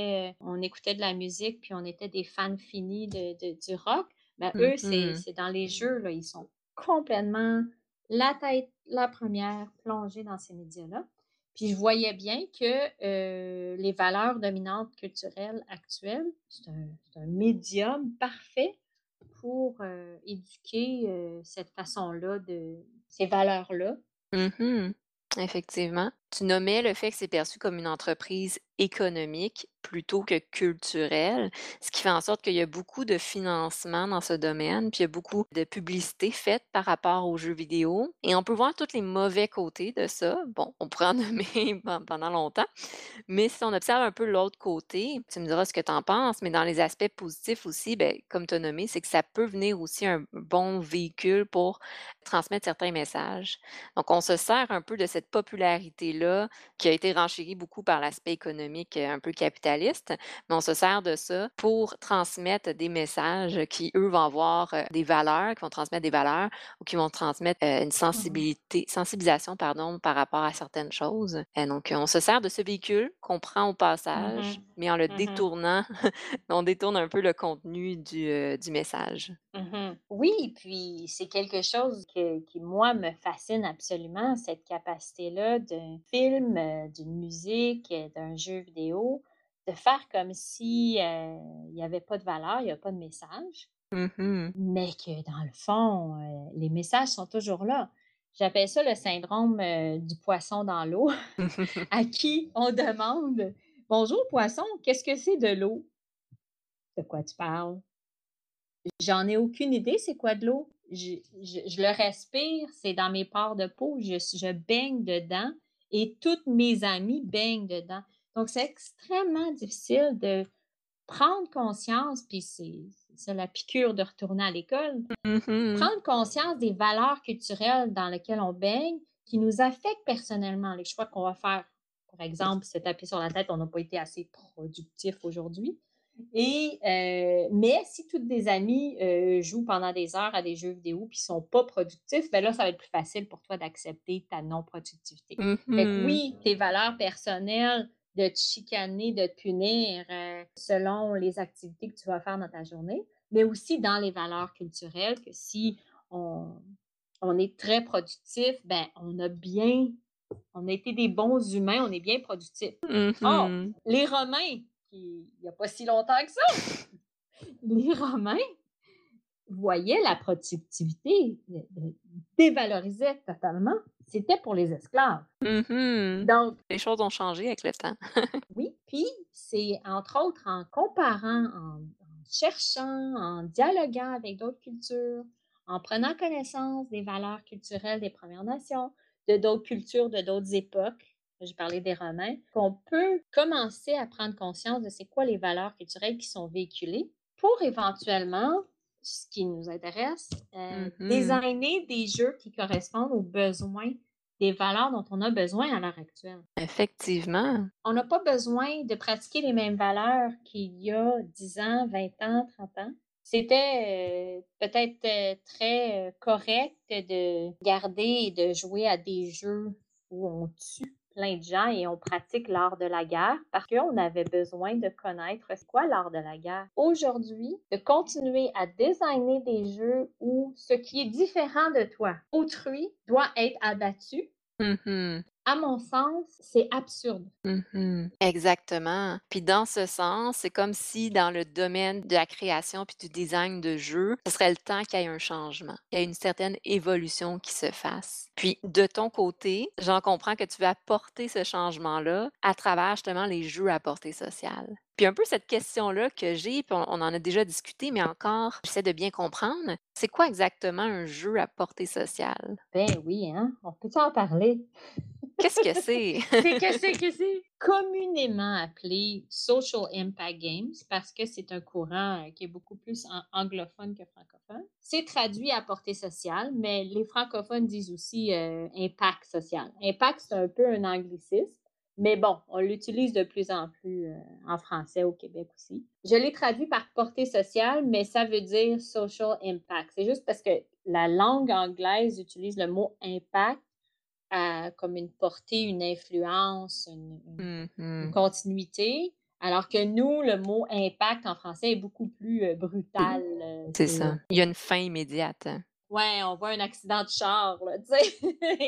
on écoutait de la musique, puis on était des fans finis du rock. Ben, eux, Mhm. c'est dans les jeux, là, ils sont complètement la tête la première plongée dans ces médias-là. Puis je voyais bien que les valeurs dominantes culturelles actuelles, c'est un médium parfait pour éduquer cette façon-là ces valeurs-là. Mhm. Effectivement. Tu nommais le fait que c'est perçu comme une entreprise économique plutôt que culturelle, ce qui fait en sorte qu'il y a beaucoup de financement dans ce domaine, puis il y a beaucoup de publicité faite par rapport aux jeux vidéo. Et on peut voir tous les mauvais côtés de ça. Bon, on pourrait en nommer pendant longtemps, mais si on observe un peu l'autre côté, tu me diras ce que tu en penses, mais dans les aspects positifs aussi, ben, comme tu as nommé, c'est que ça peut venir aussi un bon véhicule pour transmettre certains messages. Donc, on se sert un peu de cette popularité-là qui a été renchérie beaucoup par l'aspect économique un peu capitaliste, mais on se sert de ça pour transmettre des messages qui, eux, vont avoir des valeurs, qui vont transmettre des valeurs ou qui vont transmettre une Mhm, sensibilisation, pardon, par rapport à certaines choses. Donc, on se sert de ce véhicule qu'on prend au passage, mhm, mais en le mhm, détournant, on détourne un peu le contenu du message. mhm. Oui, puis c'est quelque chose qui, moi, me fascine absolument, cette capacité-là d'un film, d'une musique, d'un jeu vidéo, de faire comme si il n'y avait pas de valeur, il n'y a pas de message. Mhm. Mais que dans le fond, les messages sont toujours là. J'appelle ça le syndrome, du poisson dans l'eau, à qui on demande: «Bonjour poisson, qu'est-ce que c'est de l'eau?» «De quoi tu parles?» «J'en ai aucune idée, c'est quoi de l'eau? Je le respire, c'est dans mes pores de peau, je baigne dedans et toutes mes amies baignent dedans». Donc c'est extrêmement difficile de prendre conscience, puis c'est ça la piqûre de retourner à l'école. Mhm. Prendre conscience des valeurs culturelles dans lesquelles on baigne, qui nous affectent personnellement, les choix qu'on va faire. Par exemple, se taper sur la tête, on n'a pas été assez productif aujourd'hui. Mais si toutes des amies jouent pendant des heures à des jeux vidéo puis sont pas productifs, ben là, ça va être plus facile pour toi d'accepter ta non-productivité. Fait que Mhm. oui, tes valeurs personnelles de te chicaner, de te punir selon les activités que tu vas faire dans ta journée, mais aussi dans les valeurs culturelles, que si on, on est très productif, ben on a été des bons humains, on est bien productifs. Or, Mhm. les Romains, il n'y a pas si longtemps que ça, les Romains voyaient la productivité, dévalorisaient totalement. C'était pour les esclaves. Mhm. Donc, Les choses ont changé avec le temps. oui, puis c'est entre autres en comparant, en cherchant, en dialoguant avec d'autres cultures, en prenant connaissance des valeurs culturelles des Premières Nations, de d'autres cultures, de d'autres époques, j'ai parlé des Romains, qu'on peut commencer à prendre conscience de c'est quoi les valeurs culturelles qui sont véhiculées pour éventuellement, ce qui nous intéresse, Mhm. designer des jeux qui correspondent aux besoins, des valeurs dont on a besoin à l'heure actuelle. Effectivement. On n'a pas besoin de pratiquer les mêmes valeurs qu'il y a 10 ans, 20 ans, 30 ans. C'était peut-être très correct de garder et de jouer à des jeux où on tue plein de gens et on pratique l'art de la guerre parce qu'on avait besoin de connaître c'est quoi l'art de la guerre. Aujourd'hui, de continuer à designer des jeux où ce qui est différent de toi, autrui, doit être abattu Mhm. À mon sens, c'est absurde. Mmh. Exactement. Puis dans ce sens, c'est comme si dans le domaine de la création puis du design de jeux, ce serait le temps qu'il y ait un changement, qu'il y ait une certaine évolution qui se fasse. Puis de ton côté, j'en comprends que tu veux apporter ce changement-là à travers justement les jeux à portée sociale. Puis un peu cette question-là que j'ai, puis on en a déjà discuté, mais encore, j'essaie de bien comprendre, c'est quoi exactement un jeu à portée sociale? Ben oui, hein, on peut en parler? Qu'est-ce que c'est? C'est communément appelé Social Impact Games parce que c'est un courant qui est beaucoup plus anglophone que francophone. C'est traduit à portée sociale, mais les francophones disent aussi impact social. Impact, c'est un peu un anglicisme, mais bon, on l'utilise de plus en plus en français au Québec aussi. Je l'ai traduit par portée sociale, mais ça veut dire social impact. C'est juste parce que la langue anglaise utilise le mot impact comme une portée, une influence, une Mmh. continuité, alors que nous, le mot impact en français est beaucoup plus brutal. C'est C'est ça. Il y a une fin immédiate. ouais, on voit un accident de char, là, tu sais.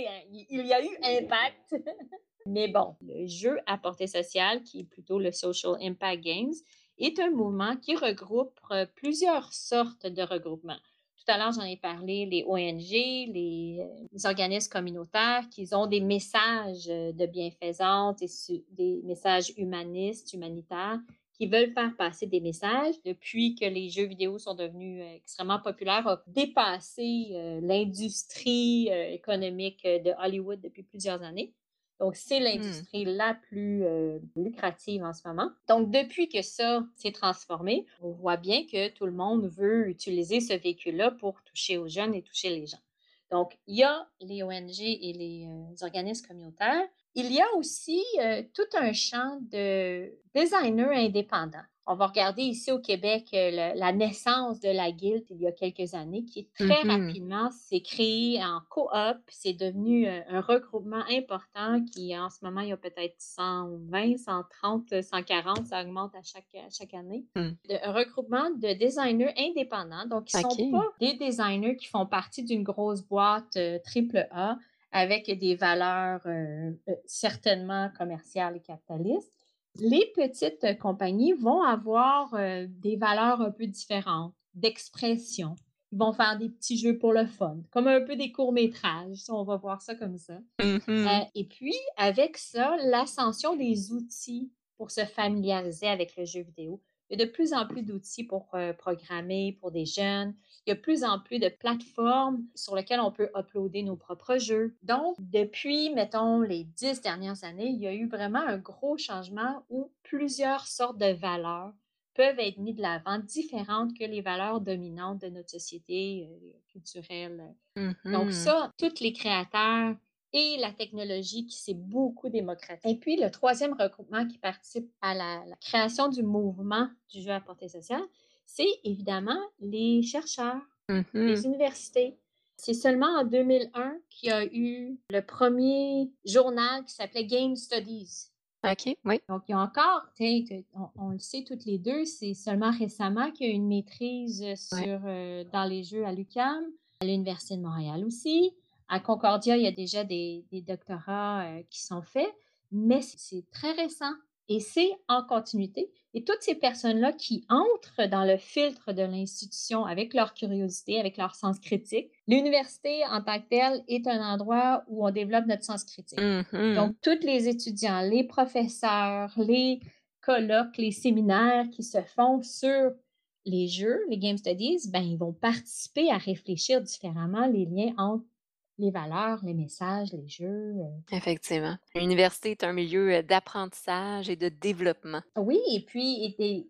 Il y a eu impact. Mais bon, le jeu à portée sociale, qui est plutôt le Social Impact Games, est un mouvement qui regroupe plusieurs sortes de regroupements. Tout à l'heure, j'en ai parlé, les ONG, les organismes communautaires qui ont des messages de bienfaisance, des messages humanistes, humanitaires, qui veulent faire passer des messages. Depuis que les jeux vidéo sont devenus extrêmement populaires, a dépassé l'industrie économique de Hollywood depuis plusieurs années. Donc, c'est Mmh. l'industrie la plus lucrative en ce moment. Donc, depuis que ça s'est transformé, on voit bien que tout le monde veut utiliser ce véhicule-là pour toucher aux jeunes et toucher les gens. Donc, il y a les ONG et les organismes communautaires. Il y a aussi tout un champ de designers indépendants. On va regarder ici au Québec la naissance de la Guild il y a quelques années, qui est très Mmh. rapidement s'est créé en coop. C'est devenu un regroupement important qui, en ce moment, il y a peut-être 120, 130, 140, ça augmente à chaque année. Mmh. Un regroupement de designers indépendants. Donc, ils ne sont pas OK. des designers qui font partie d'une grosse boîte triple A avec des valeurs certainement commerciales et capitalistes. Les petites compagnies vont avoir des valeurs un peu différentes, d'expression. Ils vont faire des petits jeux pour le fun, comme un peu des courts-métrages, si on va voir ça comme ça. Mmh. Et puis, avec ça, l'ascension des outils pour se familiariser avec le jeu vidéo. Il y a de plus en plus d'outils pour programmer pour des jeunes. Il y a de plus en plus de plateformes sur lesquelles on peut uploader nos propres jeux. Donc, depuis, mettons, les 10 dernières années, il y a eu vraiment un gros changement où plusieurs sortes de valeurs peuvent être mises de l'avant, différentes que les valeurs dominantes de notre société culturelle. Donc Mmh. ça, tous les créateurs et la technologie qui s'est beaucoup démocratisée. Et puis, le troisième regroupement qui participe à la création du mouvement du jeu à portée sociale, c'est évidemment les chercheurs, Mmh. les universités. C'est seulement en 2001 qu'il y a eu le premier journal qui s'appelait Game Studies. OK, oui. Donc, il y a encore, on le sait toutes les deux, c'est seulement récemment qu'il y a eu une maîtrise Ouais. dans les jeux à l'UQAM, à l'Université de Montréal aussi. À Concordia, il y a déjà des doctorats qui sont faits, mais c'est très récent et c'est en continuité. Et toutes ces personnes-là qui entrent dans le filtre de l'institution avec leur curiosité, avec leur sens critique, l'université en tant que telle est un endroit où on développe notre sens critique. Mmh. Donc, tous les étudiants, les professeurs, les colloques, les séminaires qui se font sur les jeux, les game studies, ben, ils vont participer à réfléchir différemment les liens entre les valeurs, les messages, les jeux. Effectivement. L'université est un milieu, d'apprentissage et de développement. Oui, et puis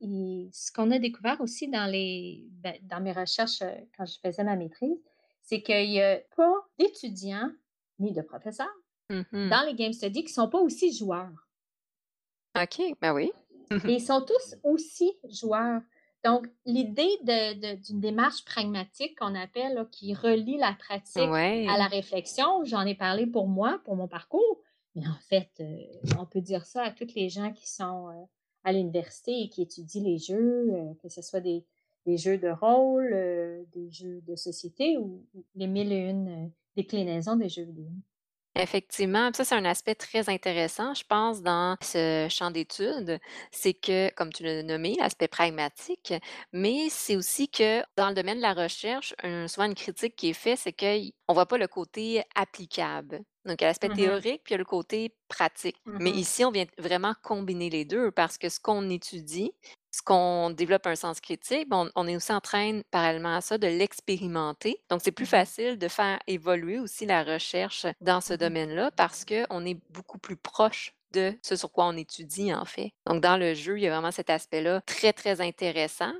ce qu'on a découvert aussi dans mes recherches quand je faisais ma maîtrise, c'est qu'il n'y a pas d'étudiants ni de professeurs Mmh. dans les game studies qui ne sont pas aussi joueurs. OK, ben oui. Et ils sont tous aussi joueurs. Donc, l'idée d'une démarche pragmatique qu'on appelle, là, qui relie la pratique à Ouais. la réflexion, j'en ai parlé pour moi, pour mon parcours, mais en fait, on peut dire ça à toutes les gens qui sont à l'université et qui étudient les jeux, que ce soit des jeux de rôle, des jeux de société ou les mille et une déclinaisons des jeux vidéo. Effectivement, puis ça, c'est un aspect très intéressant, je pense, dans ce champ d'études. C'est que, comme tu l'as nommé, l'aspect pragmatique, mais c'est aussi que dans le domaine de la recherche, souvent une critique qui est faite, c'est qu'on ne voit pas le côté applicable. Donc, il y a l'aspect Mhm, théorique, puis il y a le côté pratique. Mais mhm, ici, on vient vraiment combiner les deux parce que ce qu'on étudie, ce qu'on développe un sens critique, ben, on est aussi en train, parallèlement à ça, de l'expérimenter. Donc, c'est plus mhm, facile de faire évoluer aussi la recherche dans ce mhm. domaine-là parce qu'on est beaucoup plus proche de ce sur quoi on étudie, en fait. Donc, dans le jeu, il y a vraiment cet aspect-là très, très intéressant.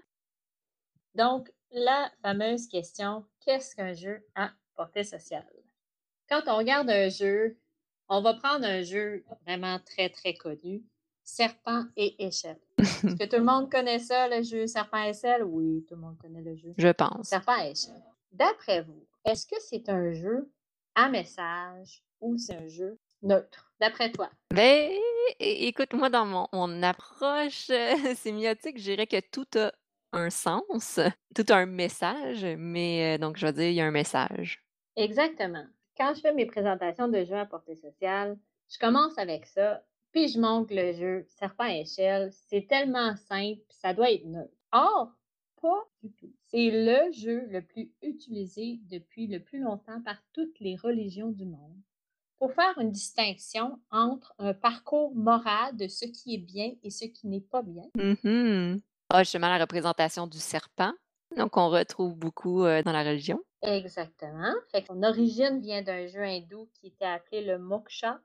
Donc, la fameuse question, qu'est-ce qu'un jeu à portée sociale? Quand on regarde un jeu, on va prendre un jeu vraiment très, très connu, Serpent et échelle. Est-ce que tout le monde connaît ça, le jeu Serpent et échelle? Oui, tout le monde connaît le jeu Je pense. Serpent et échelle. D'après vous, est-ce que c'est un jeu à message ou c'est un jeu neutre? D'après toi? Ben, écoute, moi, dans mon approche sémiotique, je dirais que tout a un sens, tout a un message, mais donc, je vais dire, il y a un message. Exactement. Quand je fais mes présentations de jeux à portée sociale, je commence avec ça, puis je montre le jeu Serpent à échelle. C'est tellement simple, puis ça doit être neutre. Or, pas du tout. C'est le jeu le plus utilisé depuis le plus longtemps par toutes les religions du monde pour faire une distinction entre un parcours moral de ce qui est bien et ce qui n'est pas bien. Mhm. Ah, justement, la représentation du serpent, donc on retrouve beaucoup dans la religion. Exactement. Fait que son origine vient d'un jeu hindou qui était appelé le Moksha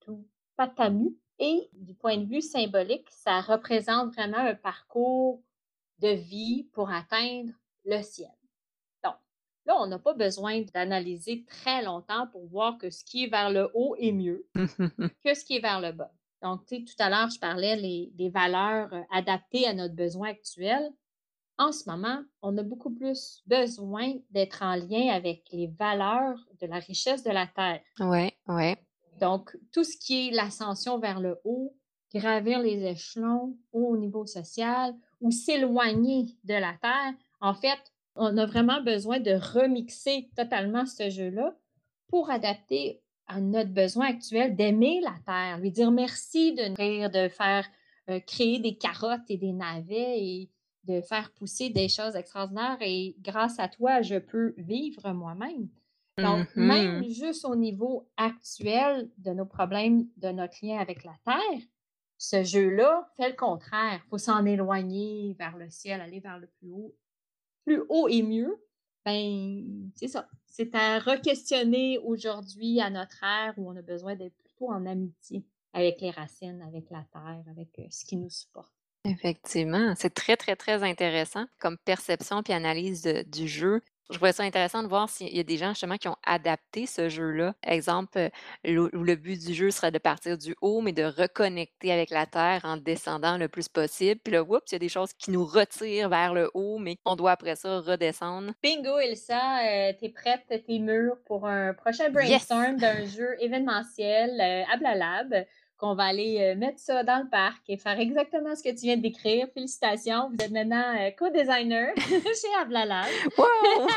Patamu. Et du point de vue symbolique, ça représente vraiment un parcours de vie pour atteindre le ciel. Donc, là, on n'a pas besoin d'analyser très longtemps pour voir que ce qui est vers le haut est mieux que ce qui est vers le bas. Donc, tu sais, tout à l'heure, je parlais des valeurs adaptées à notre besoin actuel. En ce moment, on a beaucoup plus besoin d'être en lien avec les valeurs de la richesse de la terre. Ouais, ouais. Donc, tout ce qui est l'ascension vers le haut, gravir les échelons au niveau social ou s'éloigner de la terre, en fait, on a vraiment besoin de remixer totalement ce jeu-là pour adapter à notre besoin actuel d'aimer la terre, lui dire merci de nourrir, de faire créer des carottes et des navets et de faire pousser des choses extraordinaires et grâce à toi, je peux vivre moi-même. Donc, même Mhm. juste au niveau actuel de nos problèmes, de notre lien avec la Terre, ce jeu-là fait le contraire. Il faut s'en éloigner vers le ciel, aller vers le plus haut. Plus haut et mieux, ben, c'est ça. C'est à re-questionner aujourd'hui à notre ère où on a besoin d'être plutôt en amitié avec les racines, avec la terre, avec ce qui nous supporte. Effectivement, c'est très, très, très intéressant comme perception puis analyse du jeu. Je trouvais ça intéressant de voir s'il y a des gens justement qui ont adapté ce jeu-là. Exemple, où le but du jeu serait de partir du haut, mais de reconnecter avec la terre en descendant le plus possible. Puis là, oups, il y a des choses qui nous retirent vers le haut, mais on doit après ça redescendre. Bingo, Elsa, t'es prête, t'es mûre pour un prochain Yes! brainstorm d'un jeu événementiel à Blalab, qu'on va aller mettre ça dans le parc et faire exactement ce que tu viens de décrire. Félicitations, vous êtes maintenant co-designer chez Ablalab. Wow!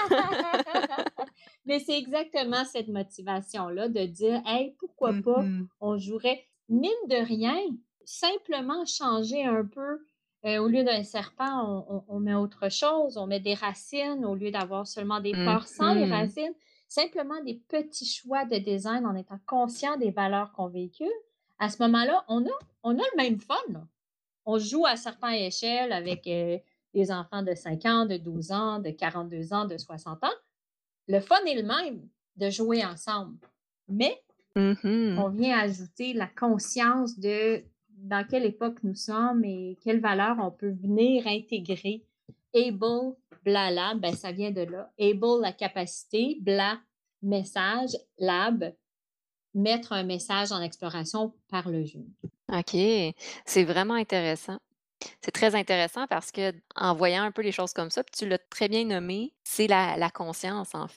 Mais c'est exactement cette motivation-là de dire, hey, pourquoi pas, Mhm. on jouerait, mine de rien, simplement changer un peu au lieu d'un serpent, on met autre chose, on met des racines au lieu d'avoir seulement des fleurs sans les Mhm. racines. Simplement des petits choix de design en étant conscient des valeurs qu'on véhicule. À ce moment-là, on a le même fun, là. On joue à serpent et échelle avec des enfants de 5 ans, de 12 ans, de 42 ans, de 60 ans. Le fun est le même de jouer ensemble. Mais Mhm. on vient ajouter la conscience de dans quelle époque nous sommes et quelles valeurs on peut venir intégrer. Able, blala, ben ça vient de là. Able, la capacité, bla, message, lab, mettre un message en exploration par le jeu. OK, c'est vraiment intéressant. C'est très intéressant parce que en voyant un peu les choses comme ça, puis tu l'as très bien nommé, c'est la conscience, en fait.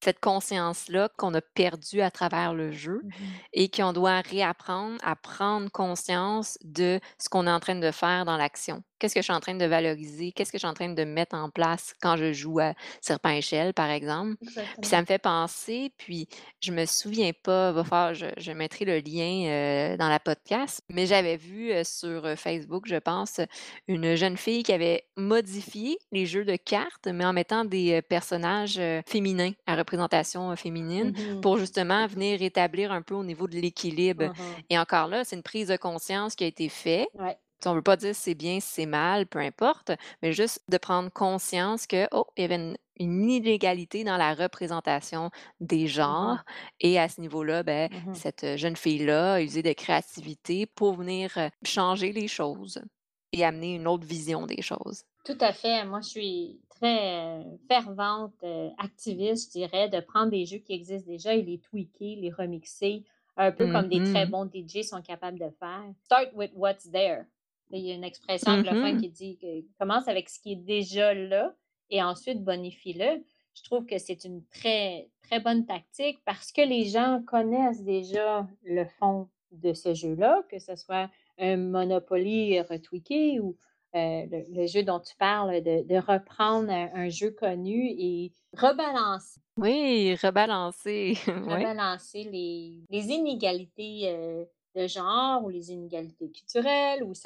cette conscience-là qu'on a perdue à travers le jeu Mhm. et qu'on doit réapprendre à prendre conscience de ce qu'on est en train de faire dans l'action. Qu'est-ce que je suis en train de valoriser? Qu'est-ce que je suis en train de mettre en place quand je joue à serpent-échelle, par exemple? Puis Exactement. ça me fait penser, puis je me souviens pas, va falloir je mettrai le lien, dans la podcast, mais j'avais vu, sur, Facebook, je pense, une jeune fille qui avait modifié les jeux de cartes, mais en mettant des, personnages, féminins, à représentation, féminine, Mhm. pour justement venir rétablir un peu au niveau de l'équilibre. Mhm. Et encore là, c'est une prise de conscience qui a été faite. Ouais. On ne veut pas dire si c'est bien, si c'est mal, peu importe, mais juste de prendre conscience que, oh, il y avait une inégalité dans la représentation des genres. Mhm. Et à ce niveau-là, ben, Mhm. cette jeune fille-là a usé de créativité pour venir changer les choses et amener une autre vision des choses. Tout à fait. Moi, je suis très fervente activiste, je dirais, de prendre des jeux qui existent déjà et les tweaker, les remixer, un peu comme des très Mhm. bons DJ sont capables de faire. Start with what's there. Il y a une expression anglophone Mhm. qui dit que commence avec ce qui est déjà là et ensuite bonifie-le. Je trouve que c'est une très, très bonne tactique parce que les gens connaissent déjà le fond de ce jeu-là, que ce soit un Monopoly retweaké ou le jeu dont tu parles, de reprendre un jeu connu et rebalancer, Oui, rebalancer. Oui. rebalancer les inégalités de genre ou les inégalités culturelles, ou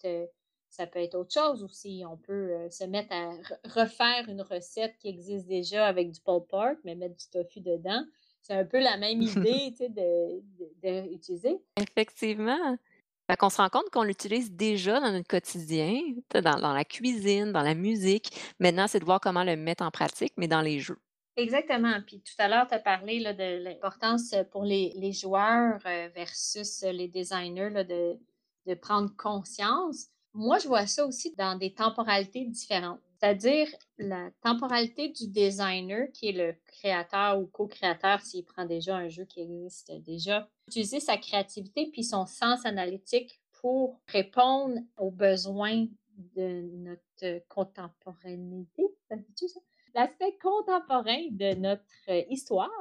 ça peut être autre chose aussi. On peut se mettre à refaire une recette qui existe déjà avec du pulled pork, mais mettre du tofu dedans. C'est un peu la même idée, tu sais, de utiliser. Effectivement. Fait qu'on se rend compte qu'on l'utilise déjà dans notre quotidien, tu sais, dans la cuisine, dans la musique. Maintenant, c'est de voir comment le mettre en pratique, mais dans les jeux. Exactement. Puis tout à l'heure, tu as parlé là, de l'importance pour les joueurs versus les designers là, de prendre conscience. Moi, je vois ça aussi dans des temporalités différentes. C'est-à-dire la temporalité du designer, qui est le créateur ou co-créateur s'il prend déjà un jeu qui existe déjà, utiliser sa créativité puis son sens analytique pour répondre aux besoins de notre contemporanéité. Ça se dit ça? L'aspect contemporain de notre histoire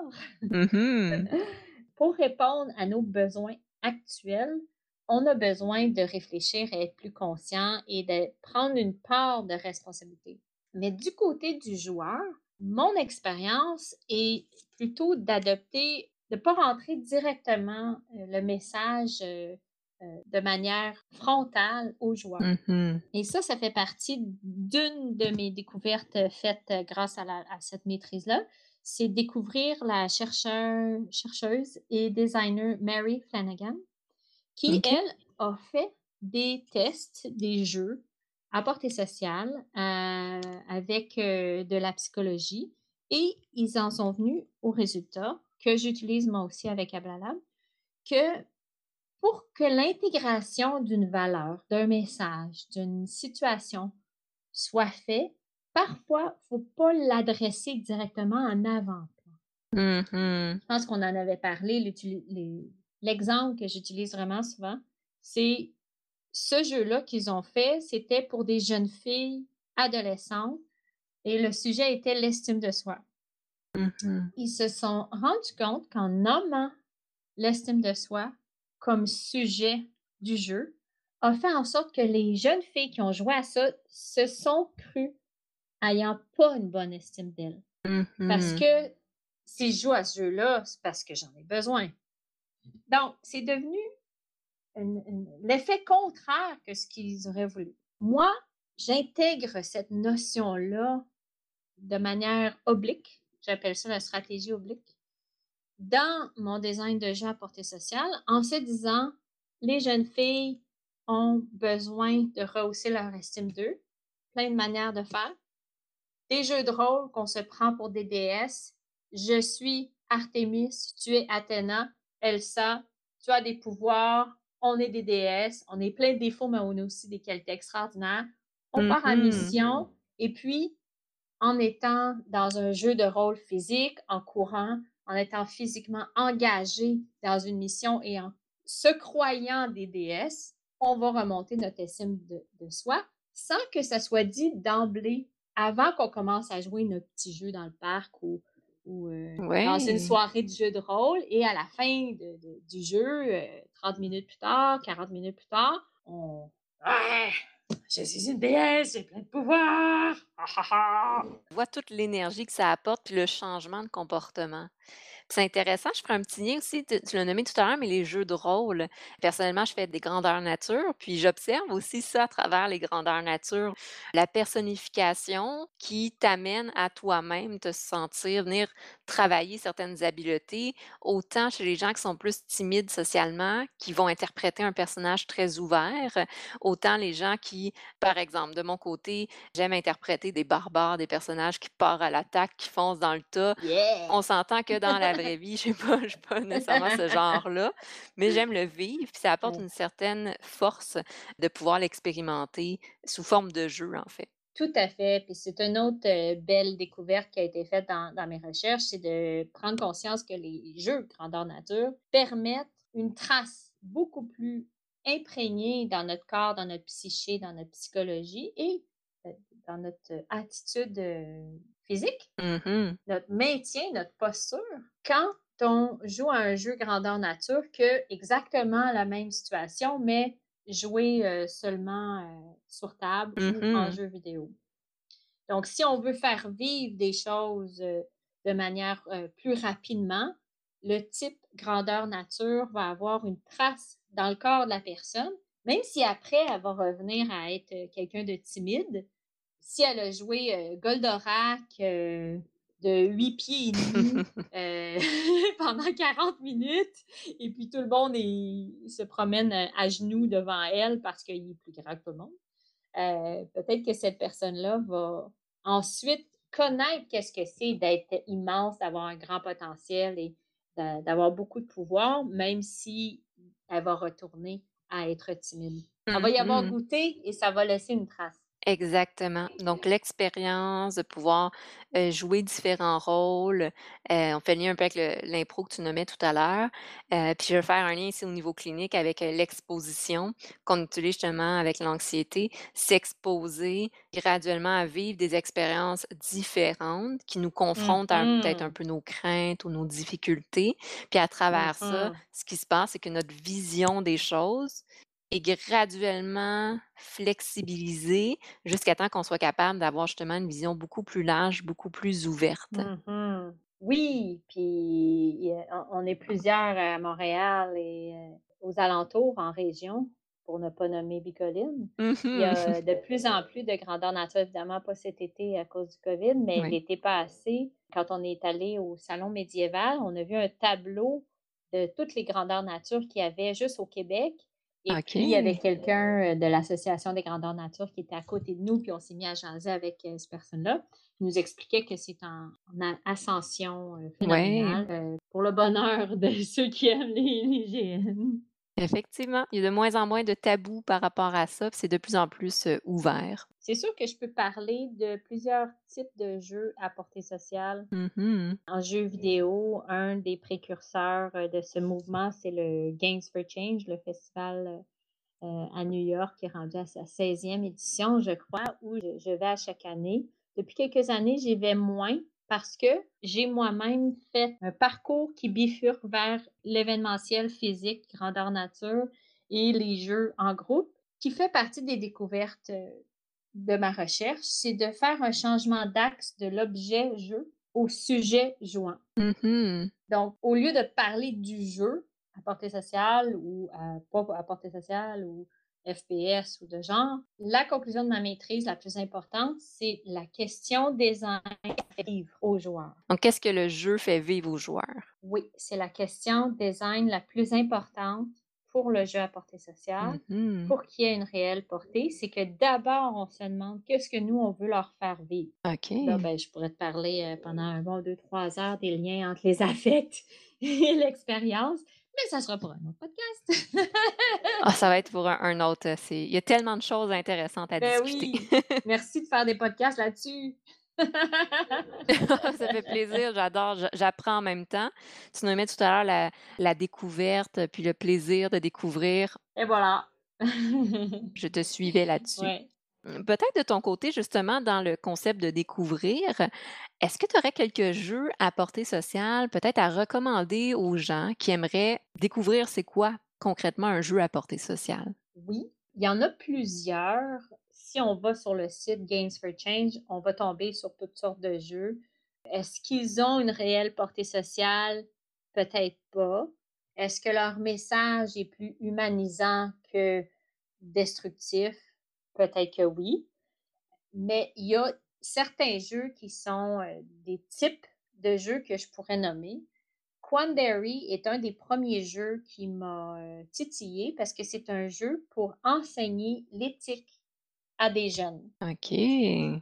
Mhm. pour répondre à nos besoins actuels. On a besoin de réfléchir et être plus conscient et de prendre une part de responsabilité. Mais du côté du joueur, mon expérience est plutôt d'adopter, de ne pas rentrer directement le message de manière frontale au joueur. Mhm. Et ça fait partie d'une de mes découvertes faites grâce à cette maîtrise-là. C'est découvrir la chercheuse et designer Mary Flanagan, qui, OK. elle, a fait des tests, des jeux à portée sociale avec de la psychologie et ils en sont venus au résultat que j'utilise moi aussi avec Ablalab, que pour que l'intégration d'une valeur, d'un message, d'une situation soit fait, parfois, il ne faut pas l'adresser directement en avant-plan. Mhm. Je pense qu'on en avait parlé. L'exemple que j'utilise vraiment souvent, c'est ce jeu-là qu'ils ont fait, c'était pour des jeunes filles adolescentes et le sujet était l'estime de soi. Mhm. Ils se sont rendus compte qu'en nommant l'estime de soi comme sujet du jeu a fait en sorte que les jeunes filles qui ont joué à ça se sont crues ayant pas une bonne estime d'elles. Parce Mhm. que si je joue à ce jeu-là, c'est parce que j'en ai besoin. Donc, c'est devenu l'effet contraire que ce qu'ils auraient voulu. Moi, j'intègre cette notion-là de manière oblique. J'appelle ça la stratégie oblique dans mon design de jeu à portée sociale en se disant les jeunes filles ont besoin de rehausser leur estime d'eux, plein de manières de faire. Des jeux de rôle qu'on se prend pour des déesses. Je suis Artémis, tu es Athéna, Elsa, tu as des pouvoirs, on est des déesses, on est plein de défauts, mais on a aussi des qualités extraordinaires. On part en Mhm. mission et puis en étant dans un jeu de rôle physique, en courant, en étant physiquement engagé dans une mission et en se croyant des déesses, on va remonter notre estime de soi sans que ça soit dit d'emblée avant qu'on commence à jouer notre petit jeu dans le parc ou ou dans une Ouais. soirée de jeu de rôle et à la fin du jeu, 30 minutes plus tard, 40 minutes plus tard, on «Ouais, je suis une déesse, j'ai plein de pouvoirs! Ah ah ah!» On voit toute l'énergie que ça apporte, puis le changement de comportement. C'est intéressant, je ferai un petit lien aussi, tu l'as nommé tout à l'heure, mais les jeux de rôle. Personnellement, je fais des grandeurs nature, puis j'observe aussi ça à travers les grandeurs nature. La personnification qui t'amène à toi-même te sentir, venir travailler certaines habiletés, autant chez les gens qui sont plus timides socialement, qui vont interpréter un personnage très ouvert, autant les gens qui, par exemple, de mon côté, j'aime interpréter des barbares, des personnages qui partent à l'attaque, qui foncent dans le tas. Yeah! On s'entend que dans la vraie vie, je suis pas nécessairement ce genre-là, mais j'aime le vivre, puis ça apporte Ouais. une certaine force de pouvoir l'expérimenter sous forme de jeu, en fait. Tout à fait. Puis c'est une autre belle découverte qui a été faite dans mes recherches, c'est de prendre conscience que les jeux grandeur nature permettent une trace beaucoup plus imprégnée dans notre corps, dans notre psyché, dans notre psychologie et euh, dans notre attitude physique, Mhm. notre maintien, notre posture. Quand on joue à un jeu grandeur nature, que exactement la même situation, mais joué seulement sur table ou en Mhm. jeu vidéo. Donc, si on veut faire vivre des choses de manière plus rapidement, le type grandeur nature va avoir une trace dans le corps de la personne, même si après, elle va revenir à être quelqu'un de timide. Si elle a joué Goldorak de 8 pieds et demi euh, pendant 40 minutes, et puis tout le monde se promène à genoux devant elle parce qu'il est plus grand que tout le monde, peut-être que cette personne-là va ensuite connaître qu'est-ce que c'est d'être immense, d'avoir un grand potentiel et d'avoir beaucoup de pouvoir, même si elle va retourner à être timide. Elle va y avoir Mhm. goûté et ça va laisser une trace. Exactement. Donc l'expérience de pouvoir, jouer différents rôles, on fait le lien un peu avec l'impro que tu nommais tout à l'heure, puis je vais faire un lien ici au niveau clinique avec, l'exposition qu'on utilise justement avec l'anxiété. S'exposer graduellement à vivre des expériences différentes qui nous confrontent à peut-être un Mhm. peu nos craintes ou nos difficultés. Puis à travers ça, Mhm. ce qui se passe, c'est que notre vision des choses est graduellement flexibilisée jusqu'à temps qu'on soit capable d'avoir justement une vision beaucoup plus large, beaucoup plus ouverte. Mhm. Oui, puis on est plusieurs à Montréal et aux alentours, en région, pour ne pas nommer Bicoline. Il y Mmh. a de plus en plus de grandeur nature, évidemment pas cet été à cause du COVID, mais Oui. l'été passé, quand on est allé au salon médiéval, on a vu un tableau de toutes les grandeurs nature qu'il y avait juste au Québec. Et puis, il y avait OK. quelqu'un de l'Association des grandeurs nature qui était à côté de nous, puis on s'est mis à jaser avec cette personne-là. Il nous expliquait que c'est en ascension Ouais, phénoménale pour le bonheur de ceux qui aiment les GN. effectivement, il y a de moins en moins de tabous par rapport à ça, puis c'est de plus en plus, ouvert. C'est sûr que je peux parler de plusieurs types de jeux à portée sociale. Mmh. En jeu vidéo, un des précurseurs de ce mouvement, c'est le Games for Change, le festival à New York qui est rendu à sa 16e édition, je crois, où je vais à chaque année. Depuis quelques années, j'y vais moins parce que j'ai moi-même fait un parcours qui bifurque vers l'événementiel physique, grandeur nature et les jeux en groupe, qui fait partie des découvertes de ma recherche, c'est de faire un changement d'axe de l'objet jeu au sujet jouant. Mmh. Donc, au lieu de parler du jeu à portée sociale ou pas à portée sociale ou FPS ou de genre, la conclusion de ma maîtrise la plus importante, c'est la question design vivre aux joueurs. Donc qu'est-ce que le jeu fait vivre aux joueurs? Oui, c'est la question design la plus importante pour le jeu à portée sociale, Mmh. pour qu'il y ait une réelle portée. C'est que d'abord, on se demande qu'est-ce que nous, on veut leur faire vivre. Là, OK. ben, je pourrais te parler pendant un bon 2, 3 heures des liens entre les affects et l'expérience, mais ça sera pour un autre podcast. Ah, ça va être pour un autre, il y a tellement de choses intéressantes à Ben discuter. oui, merci de faire des podcasts là-dessus. Ça fait plaisir, j'adore, j'apprends en même temps. Tu nommais tout à l'heure la découverte, puis le plaisir de découvrir. Et voilà. Je te suivais là-dessus. Ouais. Peut-être de ton côté, justement, dans le concept de découvrir, est-ce que tu aurais quelques jeux à portée sociale, peut-être à recommander aux gens qui aimeraient découvrir c'est quoi concrètement un jeu à portée sociale? Oui, il y en a plusieurs. Si on va sur le site Games for Change, on va tomber sur toutes sortes de jeux. Est-ce qu'ils ont une réelle portée sociale? Peut-être pas. Est-ce que leur message est plus humanisant que destructif? Peut-être que oui. Mais il y a certains jeux qui sont des types de jeux que je pourrais nommer. Quandary est un des premiers jeux qui m'a titillé parce que c'est un jeu pour enseigner l'éthique à des jeunes. OK.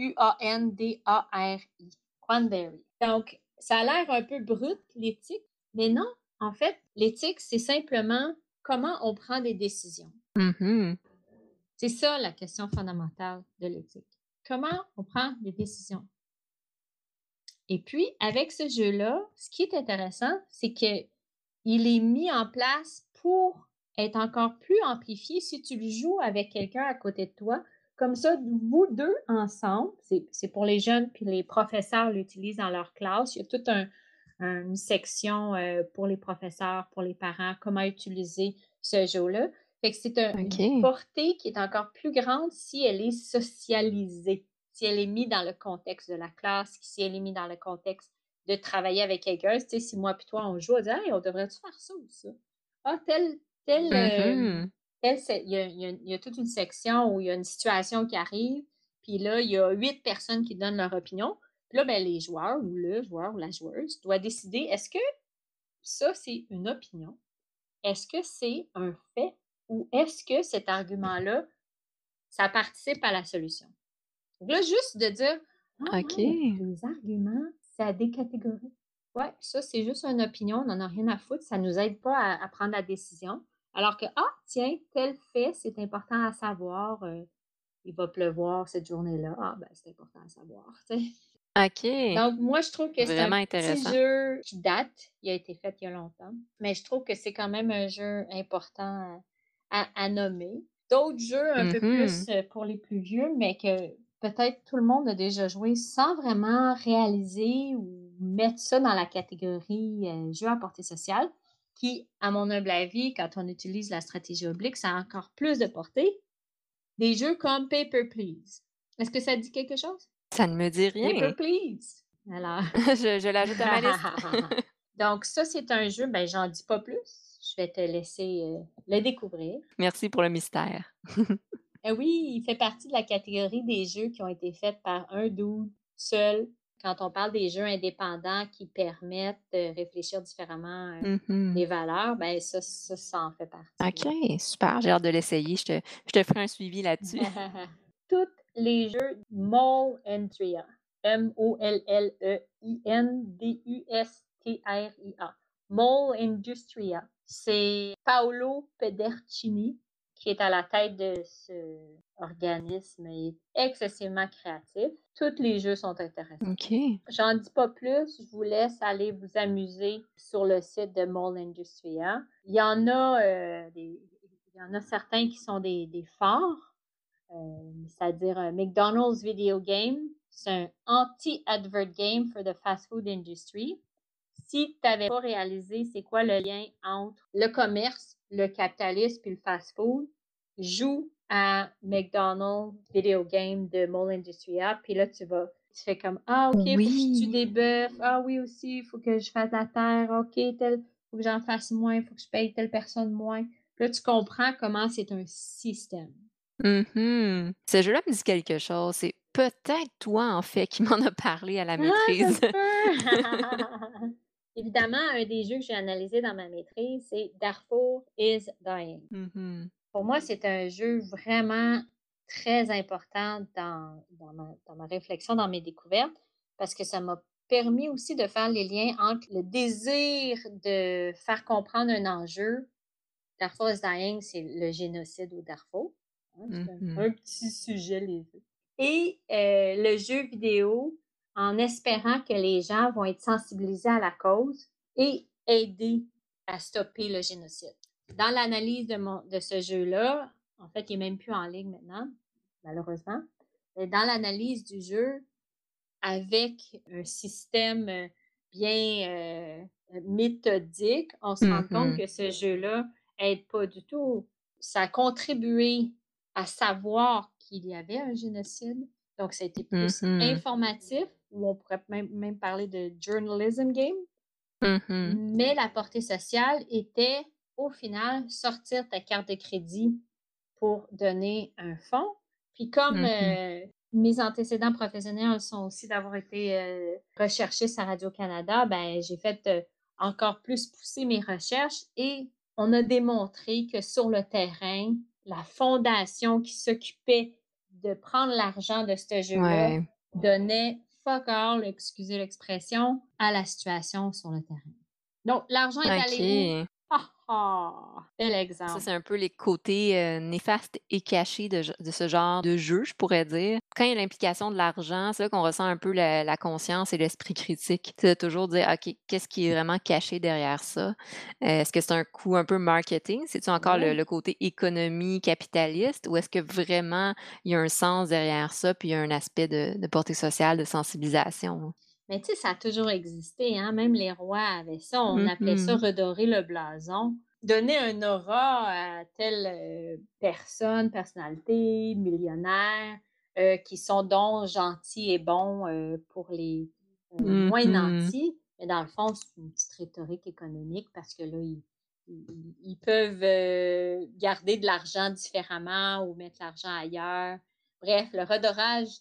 Quandary. Quandary. Donc, ça a l'air un peu brut, l'éthique, mais non. En fait, l'éthique, c'est simplement comment on prend des décisions. Mmh. C'est ça la question fondamentale de l'éthique. Comment on prend des décisions? Et puis, avec ce jeu-là, ce qui est intéressant, c'est qu'il est mis en place pour être encore plus amplifié si tu le joues avec quelqu'un à côté de toi. Comme ça, vous deux ensemble, c'est pour les jeunes, puis les professeurs l'utilisent dans leur classe. Il y a toute une section pour les professeurs, pour les parents, comment utiliser ce jeu-là. Fait que c'est une OK. portée qui est encore plus grande si elle est socialisée, si elle est mise dans le contexte de la classe, si elle est mise dans le contexte de travailler avec quelqu'un. Tu sais, si moi et toi, on joue, on dit hey, on devrait-tu faire ça ou ça? Ah, Mmh. il y a toute une section où il y a une situation qui arrive, puis là, il y a 8 personnes qui donnent leur opinion. Puis là, ben, les joueurs ou le joueur ou la joueuse doit décider est-ce que ça, c'est une opinion? Est-ce que c'est un fait? Ou est-ce que cet argument-là, ça participe à la solution? Donc là, juste de dire ah ouais, OK. les arguments, c'est à des catégories. Ouais, ça, c'est juste une opinion, on n'en a rien à foutre, ça ne nous aide pas à prendre la décision. Alors que, ah, tiens, tel fait, c'est important à savoir, il va pleuvoir cette journée-là. Ah, ben, c'est important à savoir. Tu sais. OK. Donc, moi, je trouve que c'est un Vraiment petit intéressant. jeu qui date, il a été fait il y a longtemps, mais je trouve que c'est quand même un jeu important à nommer. D'autres jeux un peu Mmh. plus pour les plus vieux, mais que peut-être tout le monde a déjà joué sans vraiment réaliser ou mettre ça dans la catégorie jeu à portée sociale, qui, à mon humble avis, quand on utilise la stratégie oblique, ça a encore plus de portée. Des jeux comme Paper Please. Est-ce que ça dit quelque chose? Ça ne me dit Paper rien. Please. Alors, Je l'ajoute à ma liste. donc ça, c'est un jeu, ben, j'en dis pas plus. Je vais te laisser le découvrir. Merci pour le mystère. Oui, il fait partie de la catégorie des jeux qui ont été faits par un dude seul. Quand on parle des jeux indépendants qui permettent de réfléchir différemment Mmh. les valeurs, ben ça en fait partie. OK, super, j'ai hâte de l'essayer. Je te ferai un suivi là-dessus. Tous les jeux Mole Industria. MolleindustriA. Mole Industria. C'est Paolo Pedercini qui est à la tête de ce organisme et est excessivement créatif. Tous les jeux sont intéressants. OK. J'en dis pas plus, je vous laisse aller vous amuser sur le site de Mole Industria. Il y en a certains qui sont des phares, c'est-à-dire un McDonald's Video Game. C'est un anti-advert game for the fast food industry. Si tu n'avais pas réalisé c'est quoi le lien entre le commerce, le capitalisme et le fast food, joue à McDonald's Video Game de Mole Industria, puis là, tu fais comme ah, OK, il faut que je tue Oui. des bœufs. Ah oui, aussi, il faut que je fasse la terre. OK, faut que j'en fasse moins, il faut que je paye telle personne moins. Puis là, tu comprends comment c'est un système. Mmh. Ce jeu-là me dit quelque chose. C'est peut-être toi, en fait, qui m'en a parlé à la Ah, ça maîtrise. se peut! Évidemment, un des jeux que j'ai analysé dans ma maîtrise, c'est Darfur is Dying. Mmh. Pour moi, c'est un jeu vraiment très important dans ma réflexion, dans mes découvertes, parce que ça m'a permis aussi de faire les liens entre le désir de faire comprendre un enjeu. Darfur is Dying, c'est le génocide au Darfour. Hein, c'est Mmh. un petit sujet léger. Et le jeu vidéo, en espérant que les gens vont être sensibilisés à la cause et aider à stopper le génocide. Dans l'analyse de ce jeu-là, en fait, il n'est même plus en ligne maintenant, malheureusement. Mais dans l'analyse du jeu, avec un système, bien, méthodique, on se rend compte Mhm. que ce jeu-là aide pas du tout. Ça a contribué à savoir qu'il y avait un génocide, donc ça a été plus Mhm. informatif ou on pourrait même parler de journalism game, Mhm. mais la portée sociale était, au final, sortir ta carte de crédit pour donner un fonds. Puis comme, Mhm. mes antécédents professionnels sont aussi d'avoir été, recherchiste à Radio-Canada, ben, j'ai fait, encore plus pousser mes recherches et on a démontré que sur le terrain, la fondation qui s'occupait de prendre l'argent de ce jeu-là Ouais. donnait fuck all, excusez l'expression, à la situation sur le terrain. Donc l'argent est allé où? OK. Ah ah! Bel Ça, exemple. c'est un peu les côtés, néfastes et cachés de ce genre de jeu, je pourrais dire. Quand il y a l'implication de l'argent, c'est là qu'on ressent un peu la conscience et l'esprit critique. Tu sais, de toujours dire: «OK, qu'est-ce qui est vraiment caché derrière ça? Est-ce que c'est un coup un peu marketing? C'est-tu encore le Oui. le côté économie capitaliste ou est-ce que vraiment il y a un sens derrière ça, puis il y a un aspect de portée sociale, de sensibilisation?» Mais tu sais, ça a toujours existé, hein, même les rois avaient ça, on appelait ça Mhm. redorer le blason. Donner un aura à telle, personne, personnalité, millionnaire, qui sont donc gentils et bons, pour les, moins Mhm. nantis. Mais dans le fond, c'est une petite rhétorique économique parce que là, ils peuvent, garder de l'argent différemment ou mettre l'argent ailleurs. Bref, le redorage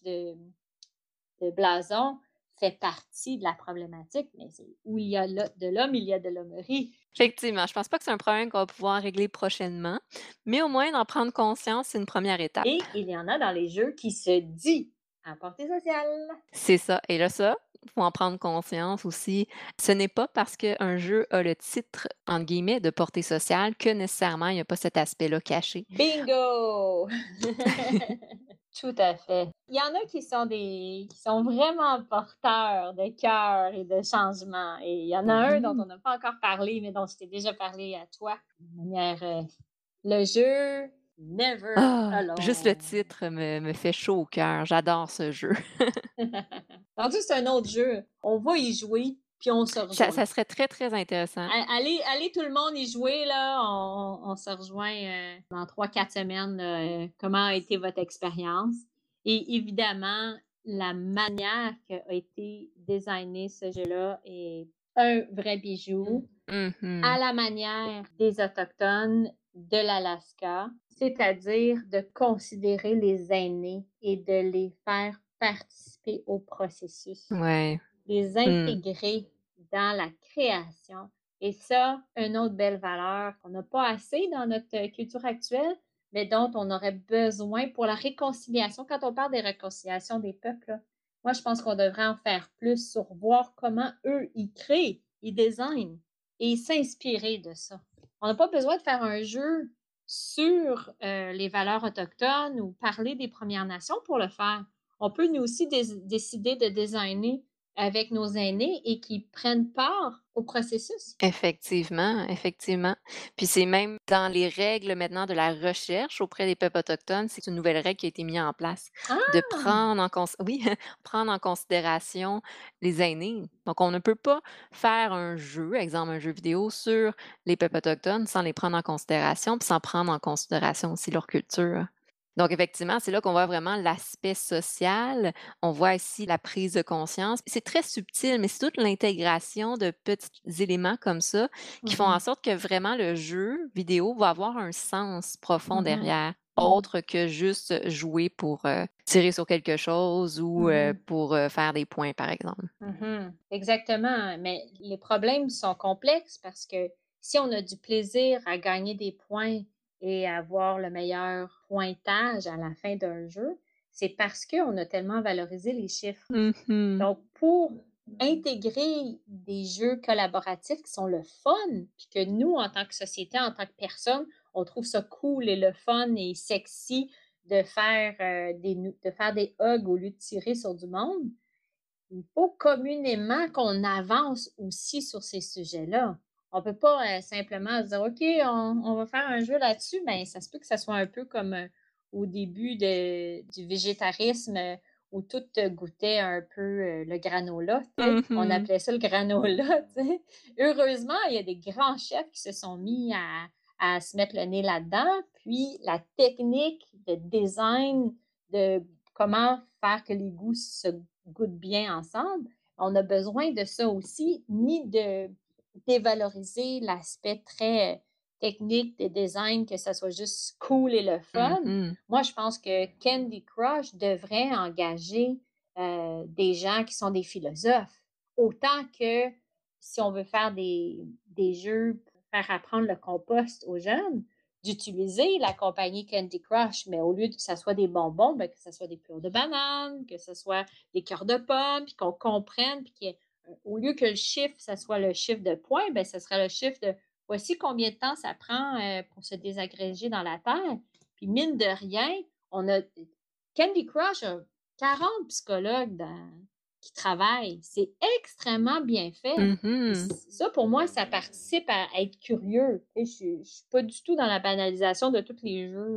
de blason fait partie de la problématique, mais c'est où il y a de l'homme, il y a de l'hommerie. Effectivement, je pense pas que c'est un problème qu'on va pouvoir régler prochainement, mais au moins d'en prendre conscience, c'est une première étape. Et il y en a dans les jeux qui se dit à portée sociale. C'est ça et là ça, faut en prendre conscience aussi. Ce n'est pas parce qu'un jeu a le titre, entre guillemets, «de portée sociale» que nécessairement il y a pas cet aspect-là caché. Bingo! Tout à fait. Il y en a qui sont vraiment porteurs de cœur et de changement et il y en a un dont Oui. on n'a pas encore parlé, mais dont je t'ai déjà parlé à toi, de manière, le jeu Never Ah! Juste le Alone. titre me fait chaud au cœur. J'adore ce jeu. Rendu c'est un autre jeu. On va y jouer, puis on se rejoint. Ça serait très, très intéressant. Allez tout le monde y jouer, là. On se rejoint dans 3 4 semaines. Comment a été votre expérience? Et évidemment, la manière qu'a été designé ce jeu-là est un vrai bijou à Mhm. la manière des Autochtones de l'Alaska, c'est-à-dire de considérer les aînés et de les faire participer au processus, Ouais. les Mmh. intégrer dans la création. Et ça, une autre belle valeur qu'on n'a pas assez dans notre culture actuelle, mais dont on aurait besoin pour la réconciliation. Quand on parle des réconciliations des peuples, là, moi, je pense qu'on devrait en faire plus sur voir comment eux, ils créent, ils designent et s'inspirer de ça. On n'a pas besoin de faire un jeu sur les valeurs autochtones ou parler des Premières Nations pour le faire. On peut nous aussi décider de designer avec nos aînés et qu'ils prennent part au processus. Effectivement, effectivement. Puis c'est même dans les règles maintenant de la recherche auprès des peuples autochtones, c'est une nouvelle règle qui a été mise en place, de Ah! prendre en cons oui, prendre en considération les aînés. Donc on ne peut pas faire un jeu, exemple un jeu vidéo sur les peuples autochtones sans les prendre en considération, puis sans prendre en considération aussi leur culture. Donc effectivement, c'est là qu'on voit vraiment l'aspect social. On voit ici la prise de conscience. C'est très subtil, mais c'est toute l'intégration de petits éléments comme ça qui font en Mhm, sorte que vraiment le jeu vidéo va avoir un sens profond mhm, derrière, autre que juste jouer pour, tirer sur quelque chose ou, mhm, pour, faire des points, par exemple. mhm. Exactement, mais les problèmes sont complexes parce que si on a du plaisir à gagner des points et à avoir le meilleur pointage à la fin d'un jeu, c'est parce qu'on a tellement valorisé les chiffres. Mhm. Donc, pour intégrer des jeux collaboratifs qui sont le fun, puis que nous, en tant que société, en tant que personne, on trouve ça cool et le fun et sexy de faire des hugs au lieu de tirer sur du monde, il faut communément qu'on avance aussi sur ces sujets-là. On ne peut pas simplement se dire, OK, on va faire un jeu là-dessus. Ben, ça se peut que ça soit un peu comme au début du végétarisme, où tout goûtait un peu le granola, tu sais. On Mhm. appelait ça le granola, tu sais. Heureusement, il y a des grands chefs qui se sont mis à se mettre le nez là-dedans. Puis la technique de design, de comment faire que les goûts se goûtent bien ensemble, on a besoin de ça aussi, ni de dévaloriser l'aspect très technique de design, que ça soit juste cool et le fun. Mhm. Moi, je pense que Candy Crush devrait engager des gens qui sont des philosophes, autant que si on veut faire des jeux pour faire apprendre le compost aux jeunes, d'utiliser la compagnie Candy Crush, mais au lieu que ça soit des bonbons, ben, que ça soit des pures de banane, que ce soit des cœurs de pommes, puis qu'on comprenne, puis au lieu que le chiffre, ça soit le chiffre de points, ben, ce sera le chiffre de voici combien de temps ça prend pour se désagréger dans la terre. Puis mine de rien, on a Candy Crush a 40 psychologues qui travaillent. C'est extrêmement bien fait. Puis Mhm. ça, pour moi, ça participe à être curieux. Tu sais, je ne suis pas du tout dans la banalisation de tous les jeux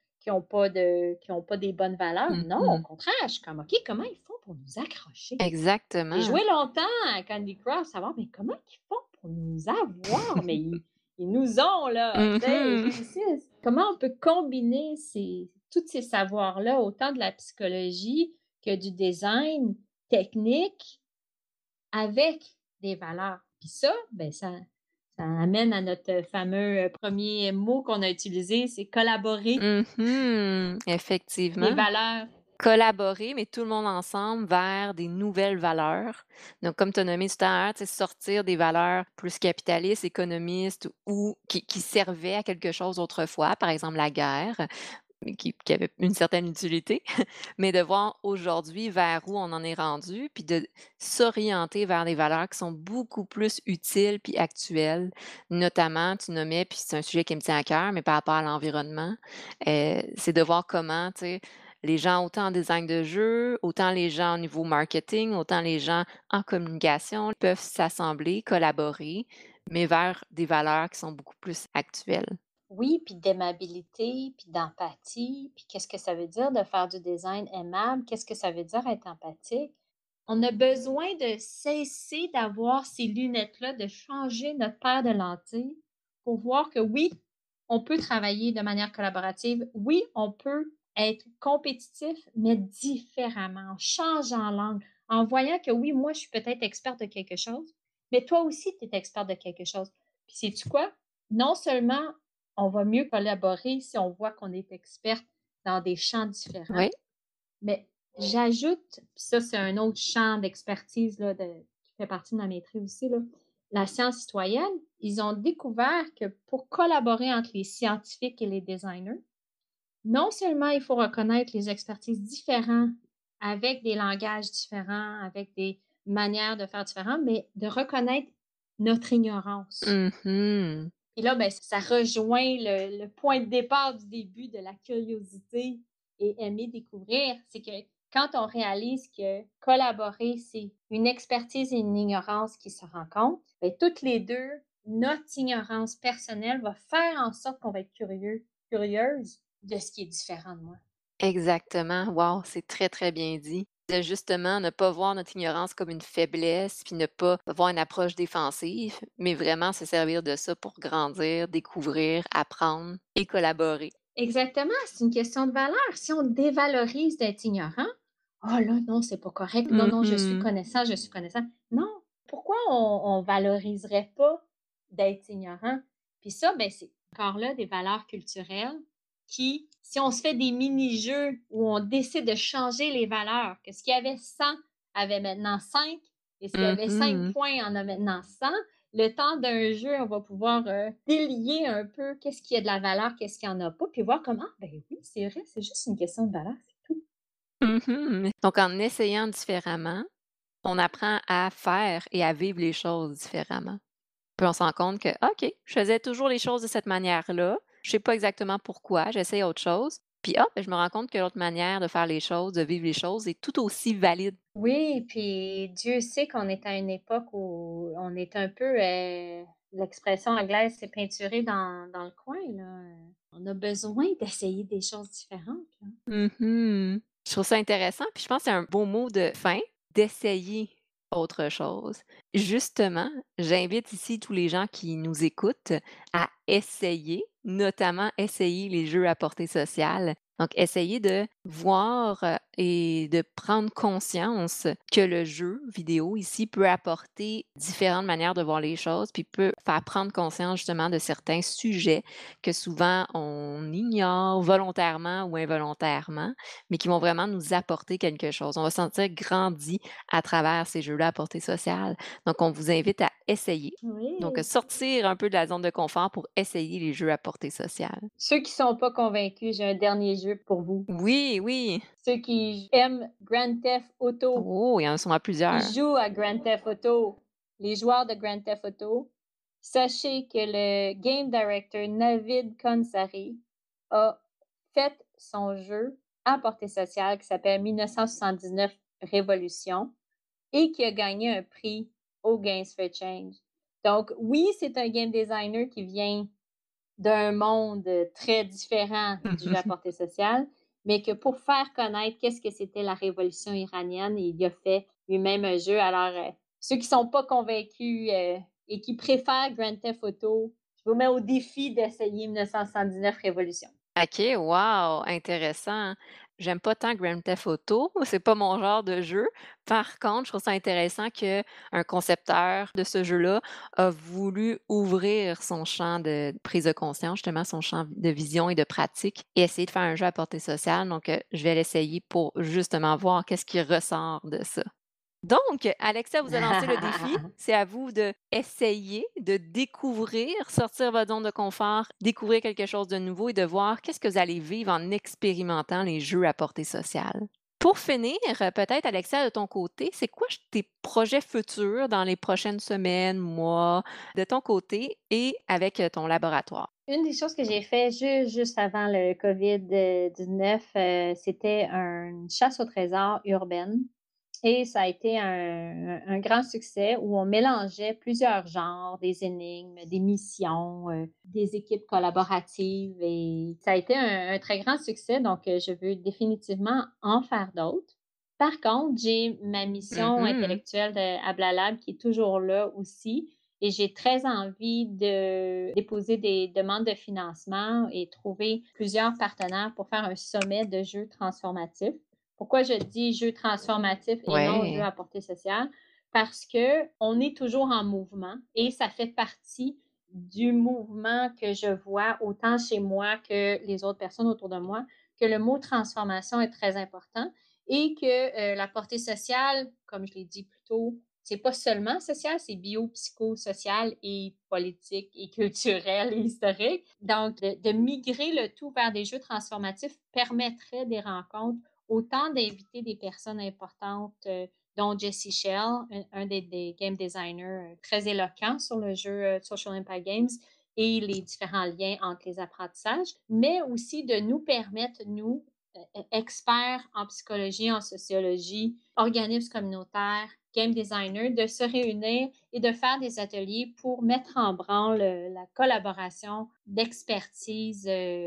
qui ont pas des bonnes valeurs. Non, au Mhm. contraire, je suis comme, OK, comment ils font pour nous accrocher? J'ai Exactement. joué longtemps à Candy Crush, savoir, mais comment ils font pour nous avoir? Mais ils nous ont, là, tu sais, ils Mhm. réussissent. Comment on peut combiner tous ces savoirs-là, autant de la psychologie que du design technique, avec des valeurs? Puis ça, ben ça amène à notre fameux premier mot qu'on a utilisé, c'est collaborer. Mhm. Les Effectivement. valeurs. Collaborer, mais tout le monde ensemble vers des nouvelles valeurs. Donc, comme tu as nommé tout à l'heure, tu sais, sortir des valeurs plus capitalistes, économistes ou qui servaient à quelque chose autrefois, par exemple la guerre, mais qui avait une certaine utilité, mais de voir aujourd'hui vers où on en est rendu, puis de s'orienter vers des valeurs qui sont beaucoup plus utiles puis actuelles. Notamment, tu nommais, puis c'est un sujet qui me tient à cœur, mais par rapport à l'environnement, c'est de voir comment, tu sais, les gens autant en design de jeu, autant les gens au niveau marketing, autant les gens en communication peuvent s'assembler, collaborer, mais vers des valeurs qui sont beaucoup plus actuelles. Oui, puis d'aimabilité, puis d'empathie, puis qu'est-ce que ça veut dire de faire du design aimable? Qu'est-ce que ça veut dire être empathique? On a besoin de cesser d'avoir ces lunettes-là, de changer notre paire de lentilles pour voir que oui, on peut travailler de manière collaborative. Oui, on peut être compétitif, mais différemment, en changeant l'angle, en voyant que oui, moi, je suis peut-être experte de quelque chose, mais toi aussi, tu es experte de quelque chose. Puis sais-tu quoi? Non seulement on va mieux collaborer si on voit qu'on est experte dans des champs différents, Oui. mais j'ajoute, puis ça, c'est un autre champ d'expertise là, qui fait partie de ma maîtrise aussi, là, la science citoyenne. Ils ont découvert que pour collaborer entre les scientifiques et les designers, non seulement il faut reconnaître les expertises différentes avec des langages différents, avec des manières de faire différentes, mais de reconnaître notre ignorance. Mhm. Et là, ben, ça rejoint le point de départ du début de la curiosité et aimer découvrir. C'est que quand on réalise que collaborer, c'est une expertise et une ignorance qui se rencontrent, ben, toutes les deux, notre ignorance personnelle va faire en sorte qu'on va être curieuse de ce qui est différent de moi. Exactement. Wow, c'est très, très bien dit. De justement ne pas voir notre ignorance comme une faiblesse, puis ne pas avoir une approche défensive, mais vraiment se servir de ça pour grandir, découvrir, apprendre et collaborer. Exactement, c'est une question de valeur. Si on dévalorise d'être ignorant, oh là, non, c'est pas correct. Non, non, je suis Mhm. connaissant, je suis connaissant. Non, pourquoi on valoriserait pas d'être ignorant? Puis ça, ben, c'est encore là des valeurs culturelles qui, si on se fait des mini-jeux où on décide de changer les valeurs, que ce qu'il y avait 100 avait maintenant 5, et ce qu'il y avait 5 Mhm. points en a maintenant 100, le temps d'un jeu, on va pouvoir délier un peu qu'est-ce qui a de la valeur, qu'est-ce qu'il n'y en a pas, puis voir comment, ben oui, c'est vrai, c'est juste une question de valeur, c'est tout. Mhm. Donc, en essayant différemment, on apprend à faire et à vivre les choses différemment. Puis on se rend compte que, OK, je faisais toujours les choses de cette manière-là. Je sais pas exactement pourquoi, j'essaie autre chose. Puis, ben, je me rends compte que l'autre manière de faire les choses, de vivre les choses est tout aussi valide. Oui, puis Dieu sait qu'on est à une époque où on est un peu, l'expression anglaise, c'est peinturé dans le coin, là. On a besoin d'essayer des choses différentes, là. Mmh. Je trouve ça intéressant, puis je pense que c'est un beau mot de fin, d'essayer autre chose. Justement, j'invite ici tous les gens qui nous écoutent à essayer, notamment essayer les jeux à portée sociale. Donc essayer de voir, et de prendre conscience que le jeu vidéo ici peut apporter différentes manières de voir les choses, puis peut faire prendre conscience justement de certains sujets que souvent on ignore volontairement ou involontairement, mais qui vont vraiment nous apporter quelque chose. On va se sentir grandi à travers ces jeux-là à portée sociale. Donc, on vous invite à essayer. Donc, Oui. sortir un peu de la zone de confort pour essayer les jeux à portée sociale. Ceux qui sont pas convaincus, j'ai un dernier jeu pour vous. Oui, oui. Ceux qui aiment Grand Theft Auto, Oh, il y en a sûrement qui plusieurs. jouent à Grand Theft Auto, les joueurs de Grand Theft Auto, sachez que le game director Navid Konsari a fait son jeu à portée sociale qui s'appelle 1979 Révolution et qui a gagné un prix au Games for Change. Donc, oui, c'est un game designer qui vient d'un monde très différent du jeu à portée sociale, mais que pour faire connaître qu'est-ce que c'était la révolution iranienne, il a fait lui-même un jeu. Alors, ceux qui sont pas convaincus et qui préfèrent Grand Theft Auto, je vous mets au défi d'essayer 1979 Révolution. OK, wow, intéressant. J'aime pas tant Grand Theft Auto, c'est pas mon genre de jeu. Par contre, je trouve ça intéressant qu'un concepteur de ce jeu-là a voulu ouvrir son champ de prise de conscience, justement son champ de vision et de pratique et essayer de faire un jeu à portée sociale. Donc, je vais l'essayer pour justement voir qu'est-ce qui ressort de ça. Donc, Alexa vous a lancé le défi. C'est à vous de essayer, de découvrir, sortir votre zone de confort, découvrir quelque chose de nouveau et de voir qu'est-ce que vous allez vivre en expérimentant les jeux à portée sociale. Pour finir, peut-être, Alexa, de ton côté, c'est quoi tes projets futurs dans les prochaines semaines, mois, de ton côté et avec ton laboratoire? Une des choses que j'ai fait juste avant le COVID-19, c'était une chasse au trésor urbaine. Et ça a été un grand succès où on mélangeait plusieurs genres, des énigmes, des missions, des équipes collaboratives et ça a été un très grand succès, donc je veux définitivement en faire d'autres. Par contre, j'ai ma mission Mhm. intellectuelle de Ablalab qui est toujours là aussi et j'ai très envie de déposer des demandes de financement et trouver plusieurs partenaires pour faire un sommet de jeux transformatifs. Pourquoi je dis jeu transformatif et non jeu Ouais. à portée sociale? Parce que on est toujours en mouvement et ça fait partie du mouvement que je vois autant chez moi que les autres personnes autour de moi, que le mot transformation est très important et que la portée sociale, comme je l'ai dit plus tôt, c'est pas seulement social, c'est biopsychosocial et politique et culturel et historique. Donc, de migrer le tout vers des jeux transformatifs permettrait des rencontres autant d'inviter des personnes importantes, dont Jesse Shell, un des game designers très éloquents sur le jeu Social Impact Games et les différents liens entre les apprentissages, mais aussi de nous permettre, nous, experts en psychologie, en sociologie, organismes communautaires, game designers, de se réunir et de faire des ateliers pour mettre en branle la collaboration d'expertise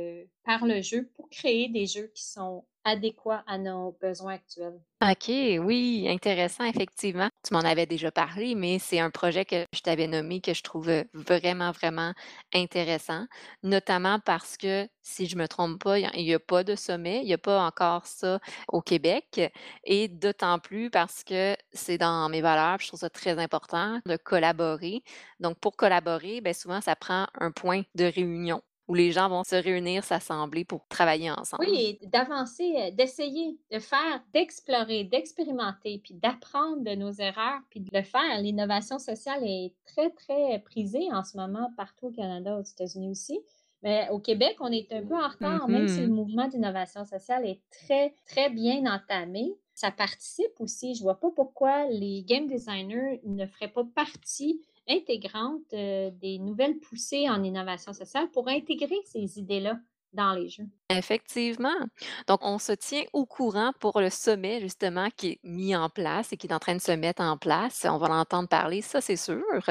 par le jeu pour créer des jeux qui sont adéquats à nos besoins actuels. OK, oui, intéressant, effectivement. Tu m'en avais déjà parlé, mais c'est un projet que je t'avais nommé que je trouve vraiment, vraiment intéressant, notamment parce que, si je me trompe pas, il y a pas de sommet, il y a pas encore ça au Québec et d'autant plus parce que c'est dans mes valeurs, puis je trouve ça très important de collaborer. Donc pour collaborer, ben souvent ça prend un point de réunion où les gens vont se réunir, s'assembler pour travailler ensemble. Oui, et d'avancer, d'essayer, de faire, d'explorer, d'expérimenter, puis d'apprendre de nos erreurs, puis de le faire. L'innovation sociale est très, très prisée en ce moment partout au Canada, aux États-Unis aussi. Mais au Québec, on est un peu en retard, même si le Mhm. mouvement d'innovation sociale est très, très bien entamé. Ça participe aussi. Je vois pas pourquoi les game designers ne feraient pas partie intégrante des nouvelles poussées en innovation sociale pour intégrer ces idées-là dans les jeux. Effectivement. Donc, on se tient au courant pour le sommet, justement, qui est mis en place et qui est en train de se mettre en place. On va l'entendre parler, ça, c'est sûr.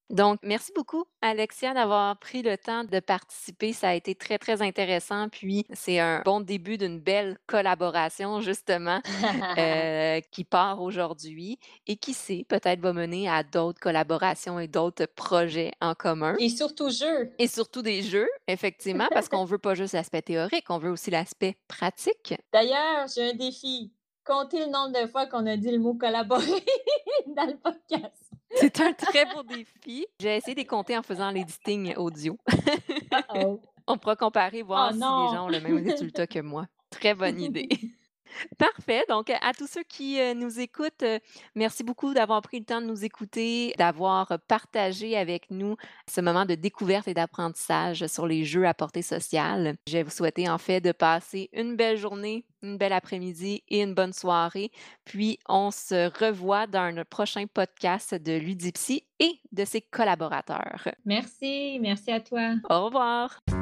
Donc, merci beaucoup, Alexia, d'avoir pris le temps de participer. Ça a été très, très intéressant. Puis, c'est un bon début d'une belle collaboration, justement, qui part aujourd'hui et qui sait, peut-être va mener à d'autres collaborations et d'autres projets en commun. Et surtout jeu. Et surtout des jeux, effectivement, parce qu'on veut pas juste l'aspect théorique, on veut aussi l'aspect pratique. D'ailleurs, j'ai un défi. Comptez le nombre de fois qu'on a dit le mot collaborer dans le podcast. C'est un très beau défi. J'ai essayé de les compter en faisant l'editing audio. Uh-oh. On pourra comparer, Oh voir si les non! gens ont le même résultat que moi. Très bonne idée. Parfait. Donc, à tous ceux qui, nous écoutent, merci beaucoup d'avoir pris le temps de nous écouter, d'avoir partagé avec nous ce moment de découverte et d'apprentissage sur les jeux à portée sociale. Je vais vous souhaiter, en fait, de passer une belle journée, une belle après-midi et une bonne soirée. Puis, on se revoit dans un prochain podcast de Ludipsy et de ses collaborateurs. Merci, merci à toi. Au revoir.